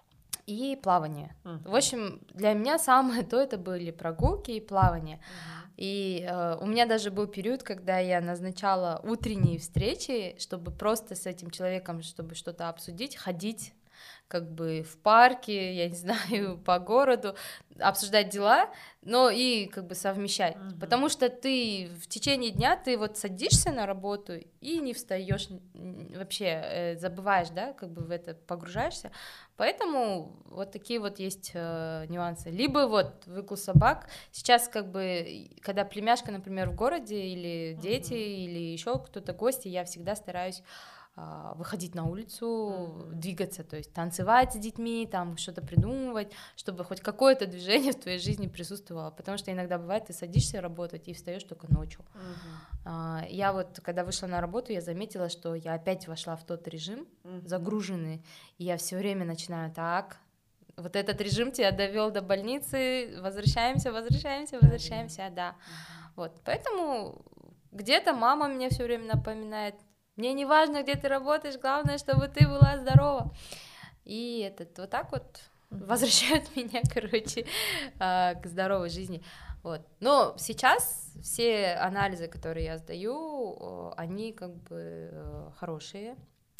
И плавание. Uh-huh. В общем, для меня самое то это были прогулки и плавание. Uh-huh. И э, у меня даже был период, когда я назначала утренние встречи, чтобы просто с этим человеком, чтобы что-то обсудить, ходить как бы в парке, я не знаю, по городу, обсуждать дела, но и как бы совмещать, uh-huh. потому что ты в течение дня ты вот садишься на работу и не встаешь, вообще э, забываешь, да, как бы в это погружаешься, поэтому вот такие вот есть э, нюансы. Либо вот выгул собак, сейчас как бы, когда племяшка, например, в городе, или дети, uh-huh. или еще кто-то гости, я всегда стараюсь выходить на улицу, mm-hmm. двигаться, то есть танцевать с детьми, там что-то придумывать, чтобы хоть какое-то движение в твоей жизни присутствовало, потому что иногда бывает, ты садишься работать и встаешь только ночью. Mm-hmm. Я вот, когда вышла на работу, я заметила, что я опять вошла в тот режим, mm-hmm. загруженный, и я все время начинаю так, вот этот режим тебя довел до больницы, возвращаемся, возвращаемся, возвращаемся, mm-hmm. да, mm-hmm. вот, поэтому где-то мама мне все время напоминает: мне не важно, где ты работаешь, главное, чтобы ты была здорова. И этот вот так вот возвращают меня, короче, к здоровой жизни. Вот. Но сейчас все анализы, которые я сдаю, они как бы хорошие,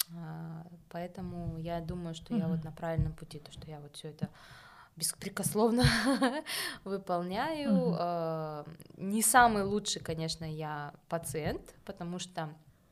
поэтому я думаю, что я вот на правильном пути, то, что я вот все это беспрекословно выполняю. Mm-hmm. Не самый лучший, конечно, я пациент, потому что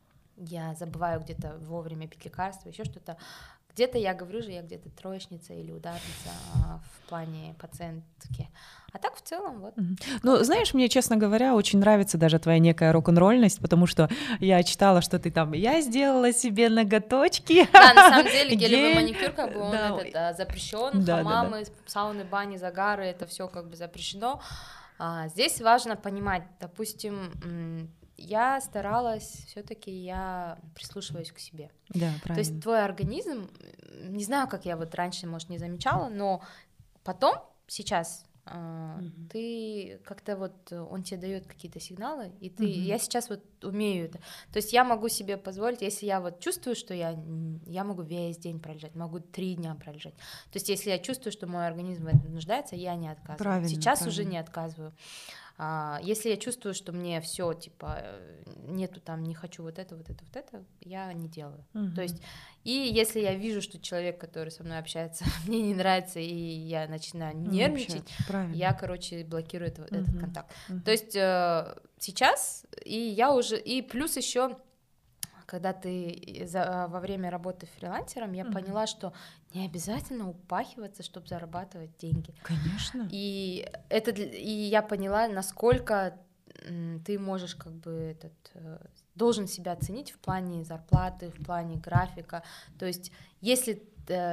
я забываю где-то вовремя пить лекарства, еще что-то. Где-то я говорю же, я где-то троечница или ударница в плане пациентки. А так в целом вот. Mm-hmm. Ну, знаешь, мне, честно говоря, очень нравится даже твоя некая рок-н-ролльность, потому что я читала, что ты там, я сделала себе ноготочки. Да, на самом деле гелевый маникюр, как бы он да. этот, да, запрещен, да, хамамы, да, да. сауны, бани, загары, это все как бы запрещено. А, здесь важно понимать, допустим, я старалась, все-таки я прислушиваюсь к себе. Да, правильно. То есть твой организм, не знаю, как я вот раньше, может, не замечала, но потом, сейчас, mm-hmm. ты как-то вот, он тебе дает какие-то сигналы, и ты, mm-hmm. я сейчас вот умею это. То есть я могу себе позволить, если я вот чувствую, что я, я могу весь день пролежать, могу три дня пролежать. То есть если я чувствую, что мой организм в этом нуждается, я не отказываю. Правильно, сейчас правильно. Уже не отказываю. Если я чувствую, что мне все типа нету там, не хочу вот это, вот это, вот это, я не делаю. Uh-huh. То есть, и если я вижу, что человек, который со мной общается, мне не нравится, и я начинаю нервничать, uh-huh. я, короче, блокирую это, uh-huh. этот контакт. Uh-huh. То есть э, сейчас, и я уже, и плюс еще, когда ты за, во время работы фрилансером, я uh-huh. поняла, что не обязательно упахиваться, чтобы зарабатывать деньги. Конечно. И, это, и я поняла, насколько ты можешь как бы этот, должен себя оценить в плане зарплаты, в плане графика. То есть если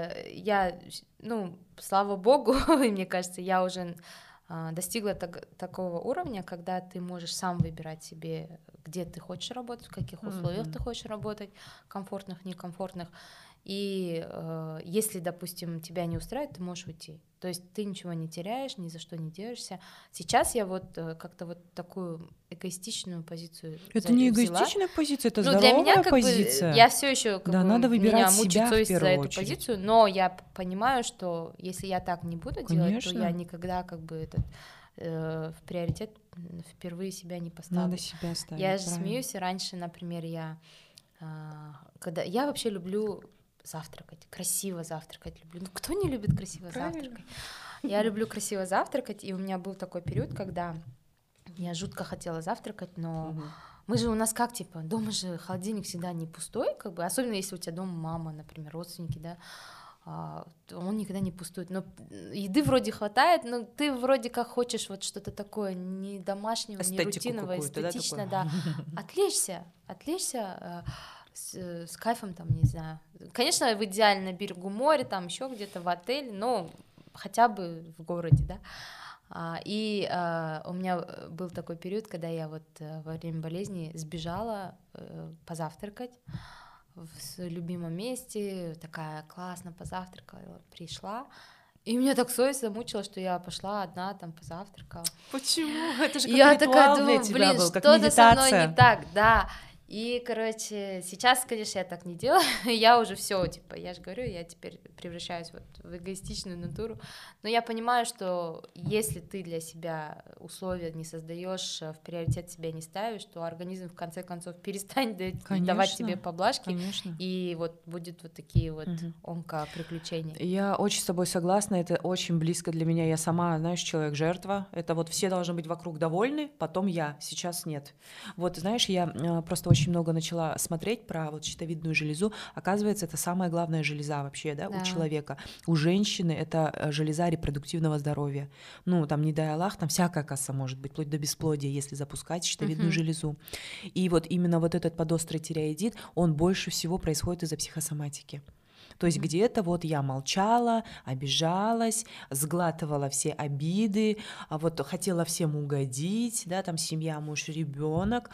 я, ну, слава богу, мне кажется, я уже достигла так, такого уровня, когда ты можешь сам выбирать себе, где ты хочешь работать, в каких условиях mm-hmm. ты хочешь работать, комфортных, некомфортных. И э, если, допустим, тебя не устраивает, ты можешь уйти. То есть ты ничего не теряешь, ни за что не держишься. Сейчас я вот э, как-то вот такую эгоистичную позицию Это не взяла. Эгоистичная позиция, это ну, здоровая для меня, как позиция. Бы, я все еще как да, бы, надо выбирать меня мучает совесть за эту очередь. позицию, но я понимаю, что если я так не буду Конечно. Делать, то я никогда как бы этот э, в приоритет впервые себя не поставлю. Надо себя ставить. Я же смеюсь, раньше, например, я э, когда я вообще люблю завтракать, красиво завтракать люблю. Ну, кто не любит красиво Правильно. Завтракать? Я люблю красиво завтракать, и у меня был такой период, когда я жутко хотела завтракать, но угу. мы же у нас как, типа, дома же холодильник всегда не пустой, как бы, особенно если у тебя дома мама, например, родственники, да, он никогда не пустует. Но еды вроде хватает, но ты вроде как хочешь вот что-то такое не домашнего, не рутинного, эстетичное, да, да. Отвлечься, отвлечься с, с кайфом, там, не знаю. Конечно, в идеале на берегу моря, там еще где-то в отеле, но хотя бы в городе, да. А, и а, у меня был такой период, когда я вот во время болезни сбежала а, позавтракать в любимом месте, такая классно позавтракала, пришла. И меня так совесть замучила, что я пошла одна, там, позавтракала. Почему? Это же как я ритуал такая, думаю, для тебя блин, был, как что-то со мной не так, да. И, короче, сейчас, конечно, я так не делаю, я уже все, типа, я же говорю, я теперь превращаюсь вот в эгоистичную натуру, но я понимаю, что если ты для себя условия не создаешь, в приоритет себя не ставишь, то организм в конце концов перестанет конечно, давать тебе поблажки, конечно. И вот будет вот такие вот угу. онкоприключения. Я очень с тобой согласна, это очень близко для меня, я сама, знаешь, человек-жертва, это вот все должны быть вокруг довольны, потом я, сейчас нет. Вот, знаешь, я просто очень очень много начала смотреть про вот щитовидную железу. Оказывается, это самая главная железа вообще, да, да. у человека. У женщины это железа репродуктивного здоровья. Ну, там, не дай Аллах, там всякая касса может быть, вплоть до бесплодия, если запускать щитовидную uh-huh. железу. И вот именно вот этот подострый тиреоидит, он больше всего происходит из-за психосоматики. То есть mm-hmm. где-то вот я молчала, обижалась, сглатывала все обиды, а вот хотела всем угодить, да, там семья, муж, ребенок.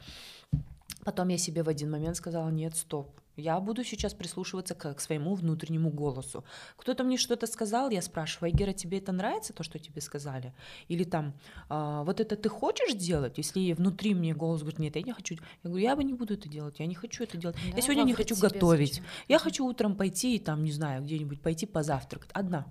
Потом я себе в один момент сказала: нет, стоп, я буду сейчас прислушиваться к, к своему внутреннему голосу. Кто-то мне что-то сказал, я спрашиваю: Айгера, тебе это нравится, то, что тебе сказали? Или там, а, вот это ты хочешь делать? Если внутри мне голос говорит: нет, я не хочу. Я говорю: я бы не буду это делать, я не хочу это делать. Да, я сегодня не хочу готовить. Зачем? Я хочу утром пойти, там, не знаю, где-нибудь пойти позавтракать, одна.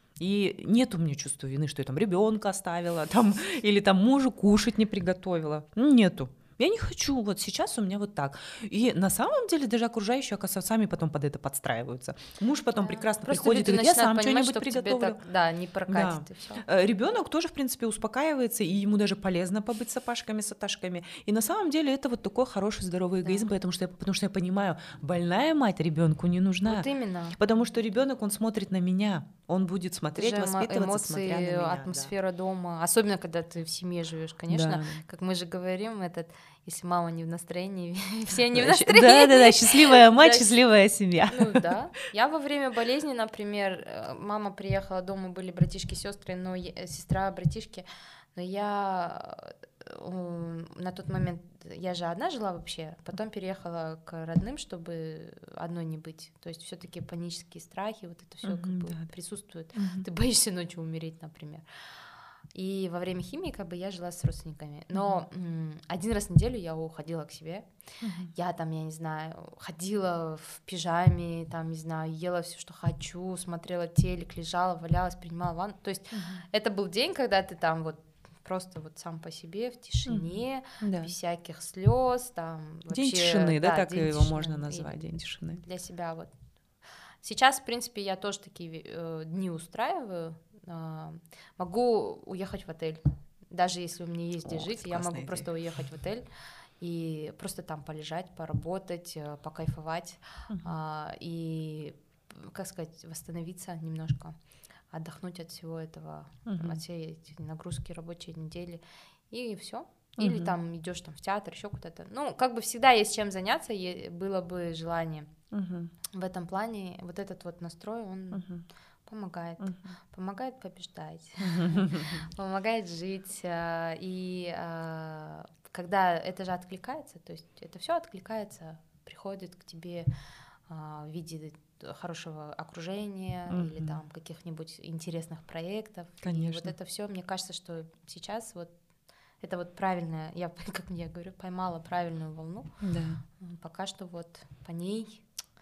И нет у меня чувства вины, что я там ребенка оставила, там, или там мужу кушать не приготовила. Нету. Я не хочу, вот сейчас у меня вот так. И на самом деле даже окружающие, оказывается, сами потом под это подстраиваются. Муж потом да. прекрасно просто приходит и говорит: я сам что-нибудь приготовлю. Так, да, не прокатит да. и все. Ребенок тоже, в принципе, успокаивается, и ему даже полезно побыть с апашками, с аташками. И на самом деле это вот такой хороший здоровый эгоизм, да. потому, что я, потому что я понимаю, больная мать ребенку не нужна. Вот именно. Потому что ребенок, он смотрит на меня, он будет смотреть, же воспитываться, эмоции, смотря на меня. Атмосфера да. дома, особенно когда ты в семье живешь, конечно, да. как мы же говорим, этот, если мама не в настроении, все не в настроении. Да-да-да, счастливая мать, счастливая семья. Ну да. Я во время болезни, например, мама приехала, дома были братишки, сестры, но сестра, братишки, но я на тот момент, я же одна жила вообще, потом переехала к родным, чтобы одной не быть. То есть все-таки панические страхи, вот это все uh-huh, как бы да. присутствует. Uh-huh. Ты боишься ночью умереть, например. И во время химии как бы я жила с родственниками. Но uh-huh. м- один раз в неделю я уходила к себе. Uh-huh. Я там, я не знаю, ходила в пижаме, там, не знаю, ела все, что хочу, смотрела телек, лежала, валялась, принимала ванну. То есть uh-huh. это был день, когда ты там вот просто вот сам по себе, в тишине, mm-hmm. да. без всяких слез, там вообще... День тишины, да, да так его тишины. Можно назвать, день тишины. Для себя вот. Сейчас, в принципе, я тоже такие э, дни устраиваю. Э, могу уехать в отель, даже если у меня есть где О, жить, я могу идея. Просто уехать в отель и просто там полежать, поработать, э, покайфовать mm-hmm. э, и, как сказать, восстановиться немножко. Отдохнуть от всего этого, uh-huh. от всей этой нагрузки рабочей недели, и все. Uh-huh. Или там идешь там в театр, еще куда-то. Ну, как бы всегда есть чем заняться, было бы желание. Uh-huh. В этом плане вот этот вот настрой, он uh-huh. помогает. Uh-huh. Помогает побеждать, uh-huh. помогает жить. И когда это же откликается, то есть это все откликается, приходит к тебе в виде хорошего окружения mm-hmm. или там каких-нибудь интересных проектов. Конечно. И вот это все, мне кажется, что сейчас вот это вот правильная, я, как я говорю, поймала правильную волну. Да. Пока что вот по ней.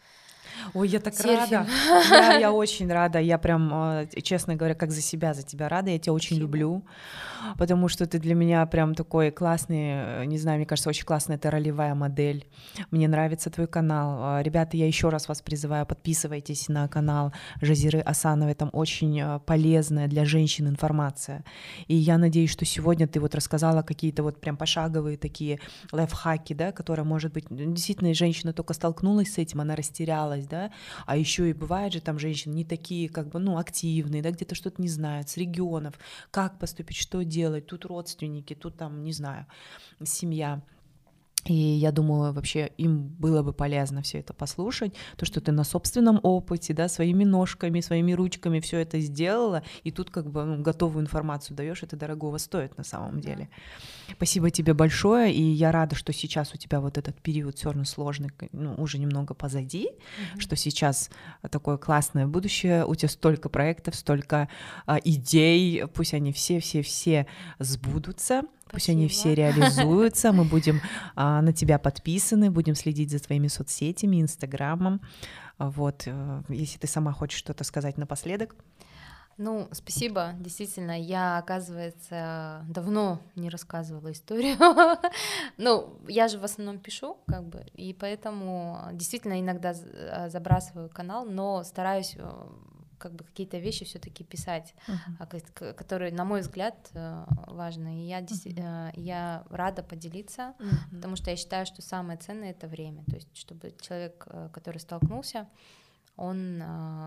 Ой, я так Серфим. Рада. Я, я очень рада. Я прям, честно говоря, как за себя, за тебя рада. Я тебя очень Спасибо. Люблю, потому что ты для меня прям такой классный, не знаю, мне кажется, очень классная ты ролевая модель. Мне нравится твой канал. Ребята, я еще раз вас призываю, подписывайтесь на канал Жазиры Асановой. Там очень полезная для женщин информация. И я надеюсь, что сегодня ты вот рассказала какие-то вот прям пошаговые такие лайфхаки, да, которые, может быть, действительно женщина только столкнулась с этим, она растерялась, да, а еще и бывает же там женщины не такие, как бы, ну, активные, да, где-то что-то не знают, с регионов, как поступить, что делать, тут родственники, тут там, не знаю, семья. И я думаю, вообще им было бы полезно все это послушать, то, что ты на собственном опыте, да, своими ножками, своими ручками все это сделала, и тут как бы ну, готовую информацию даешь, это дорогого стоит на самом деле. Спасибо тебе большое, и я рада, что сейчас у тебя вот этот период все равно сложный, ну, уже немного позади, mm-hmm. что сейчас такое классное будущее, у тебя столько проектов, столько а, идей, пусть они все-все-все сбудутся. Пусть они все реализуются, мы будем а, на тебя подписаны, будем следить за твоими соцсетями, инстаграмом. Вот, если ты сама хочешь что-то сказать напоследок. Ну, спасибо, действительно, я, оказывается, давно не рассказывала историю. Ну, я же в основном пишу, как бы, и поэтому действительно иногда забрасываю канал, но стараюсь как бы какие-то вещи все-таки писать, uh-huh. которые, на мой взгляд, важны. И я, uh-huh. я рада поделиться, uh-huh. потому что я считаю, что самое ценное — это время. То есть, чтобы человек, который столкнулся, он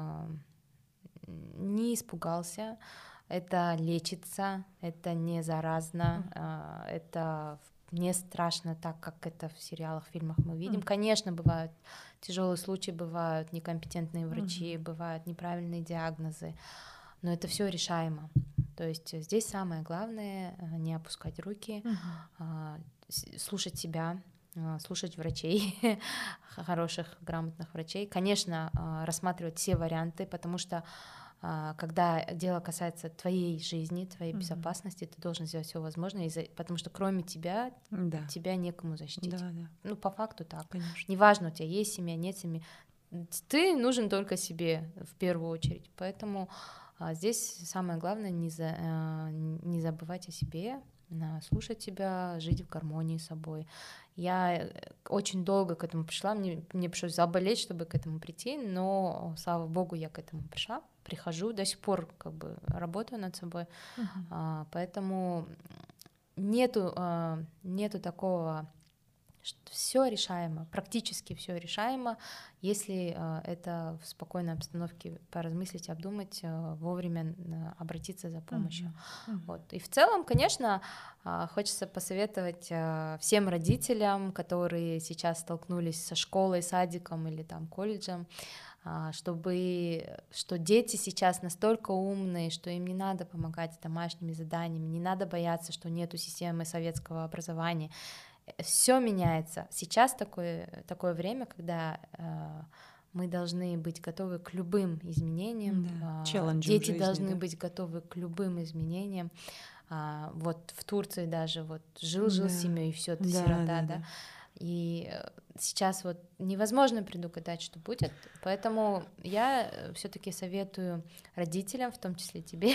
не испугался, это лечится, это не заразно, mm. это не страшно так, как это в сериалах, фильмах мы видим. Mm. Конечно, бывают тяжелые случаи, бывают некомпетентные врачи, mm. бывают неправильные диагнозы, но это все решаемо. То есть здесь самое главное — не опускать руки, mm. слушать себя, слушать врачей, хороших, грамотных врачей. Конечно, рассматривать все варианты, потому что когда дело касается твоей жизни, твоей mm-hmm. безопасности, ты должен сделать все возможное, потому что кроме тебя, да. тебя некому защитить. Да, да. Ну, по факту так. Конечно. Неважно, у тебя есть семья, нет семьи, ты нужен только себе в первую очередь. Поэтому а, здесь самое главное — не, за, а, не забывать о себе, слушать себя, жить в гармонии с собой. Я очень долго к этому пришла, мне, мне пришлось заболеть, чтобы к этому прийти, но, слава богу, я к этому пришла, прихожу, до сих пор как бы работаю над собой, uh-huh. а, поэтому нету, а, нету такого, что все решаемо, практически все решаемо, если а, это в спокойной обстановке поразмыслить, обдумать, а, вовремя а, обратиться за помощью. Uh-huh. Uh-huh. Вот. И в целом, конечно, а, хочется посоветовать а, всем родителям, которые сейчас столкнулись со школой, садиком или там колледжем, а, чтобы, что дети сейчас настолько умные, что им не надо помогать с домашними заданиями, не надо бояться, что нету системы советского образования. Все меняется. Сейчас такое, такое время, когда э, мы должны быть готовы к любым изменениям. Да. Э, дети жизни, должны да. быть готовы к любым изменениям. А, вот в Турции даже вот жил-жил да. с семьей, и все, ты да, сирота, да, да. да. И сейчас вот невозможно предугадать, что будет, поэтому я все-таки советую родителям, в том числе тебе,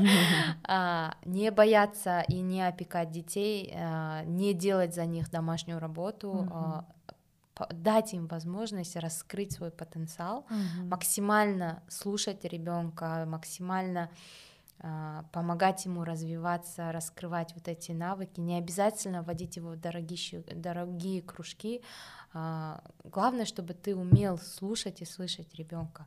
не бояться и не опекать детей, не делать за них домашнюю работу, дать им возможность раскрыть свой потенциал, максимально слушать ребенка, максимально помогать ему развиваться, раскрывать вот эти навыки, не обязательно вводить его в дорогие, дорогие кружки. Главное, чтобы ты умел слушать и слышать ребенка,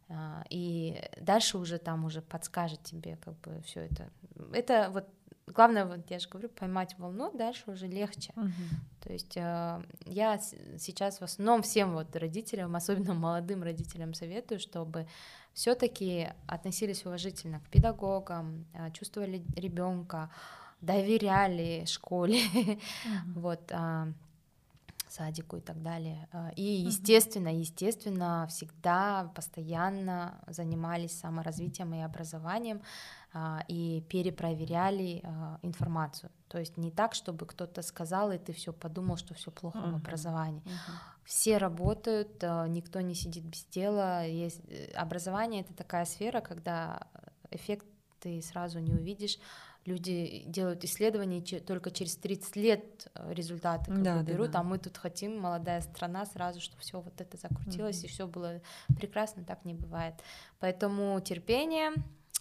и дальше уже там уже подскажет тебе как бы все это. Это вот главное, вот я же говорю, поймать волну, дальше уже легче. Uh-huh. То есть я сейчас в основном всем вот родителям, особенно молодым родителям, советую, чтобы все-таки относились уважительно к педагогам, чувствовали ребенка, доверяли школе, uh-huh. вот, садику и так далее. И, естественно, uh-huh. естественно, всегда, постоянно занимались саморазвитием и образованием, и перепроверяли информацию. То есть не так, чтобы кто-то сказал, и ты все подумал, что все плохо uh-huh. в образовании. Uh-huh. Все работают, никто не сидит без дела. Есть... Образование — это такая сфера, когда эффект ты сразу не увидишь. Люди делают исследования, только через тридцать лет результаты как да, бы берут, да, да. а мы тут хотим, молодая страна, сразу, чтобы все вот это закрутилось, uh-huh. и все было прекрасно, так не бывает. Поэтому терпение,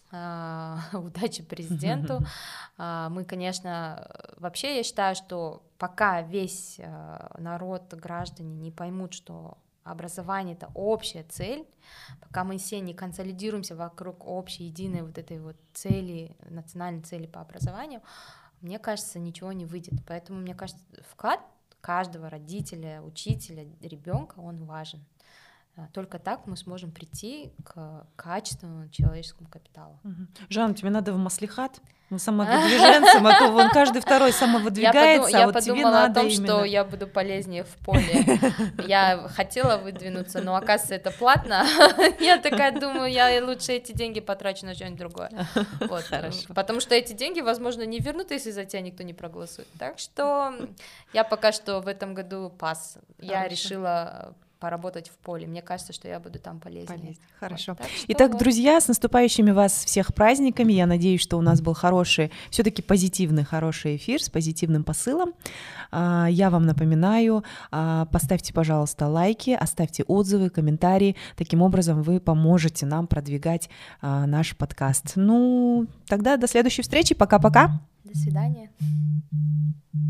удачи президенту. Мы, конечно, вообще я считаю, что пока весь народ, граждане не поймут, что образование — это общая цель, пока мы все не консолидируемся вокруг общей, единой вот этой вот цели, национальной цели по образованию, мне кажется, ничего не выйдет. Поэтому, мне кажется, вклад каждого родителя, учителя, ребенка, он важен. Только так мы сможем прийти к качественному человеческому капиталу. Жанна, тебе надо в маслихат, ну, самовыдвиженцем, а то вон каждый второй самовыдвигается, я а вот подум, тебе я подумала надо о том, именно... что я буду полезнее в поле. Я хотела выдвинуться, но оказывается это платно. Я такая думаю, я лучше эти деньги потрачу на что-нибудь другое. Вот. Потому что эти деньги, возможно, не вернут, если за тебя никто не проголосует. Так что я пока что в этом году пас. Я Хорошо. решила поработать в поле. Мне кажется, что я буду там полезнее. Полезно. Хорошо. Вот, Итак, вот. друзья, с наступающими вас всех праздниками. Я надеюсь, что у нас был хороший, все-таки позитивный, хороший эфир с позитивным посылом. Я вам напоминаю, поставьте, пожалуйста, лайки, оставьте отзывы, комментарии. Таким образом вы поможете нам продвигать наш подкаст. Ну, тогда до следующей встречи. Пока-пока. До свидания.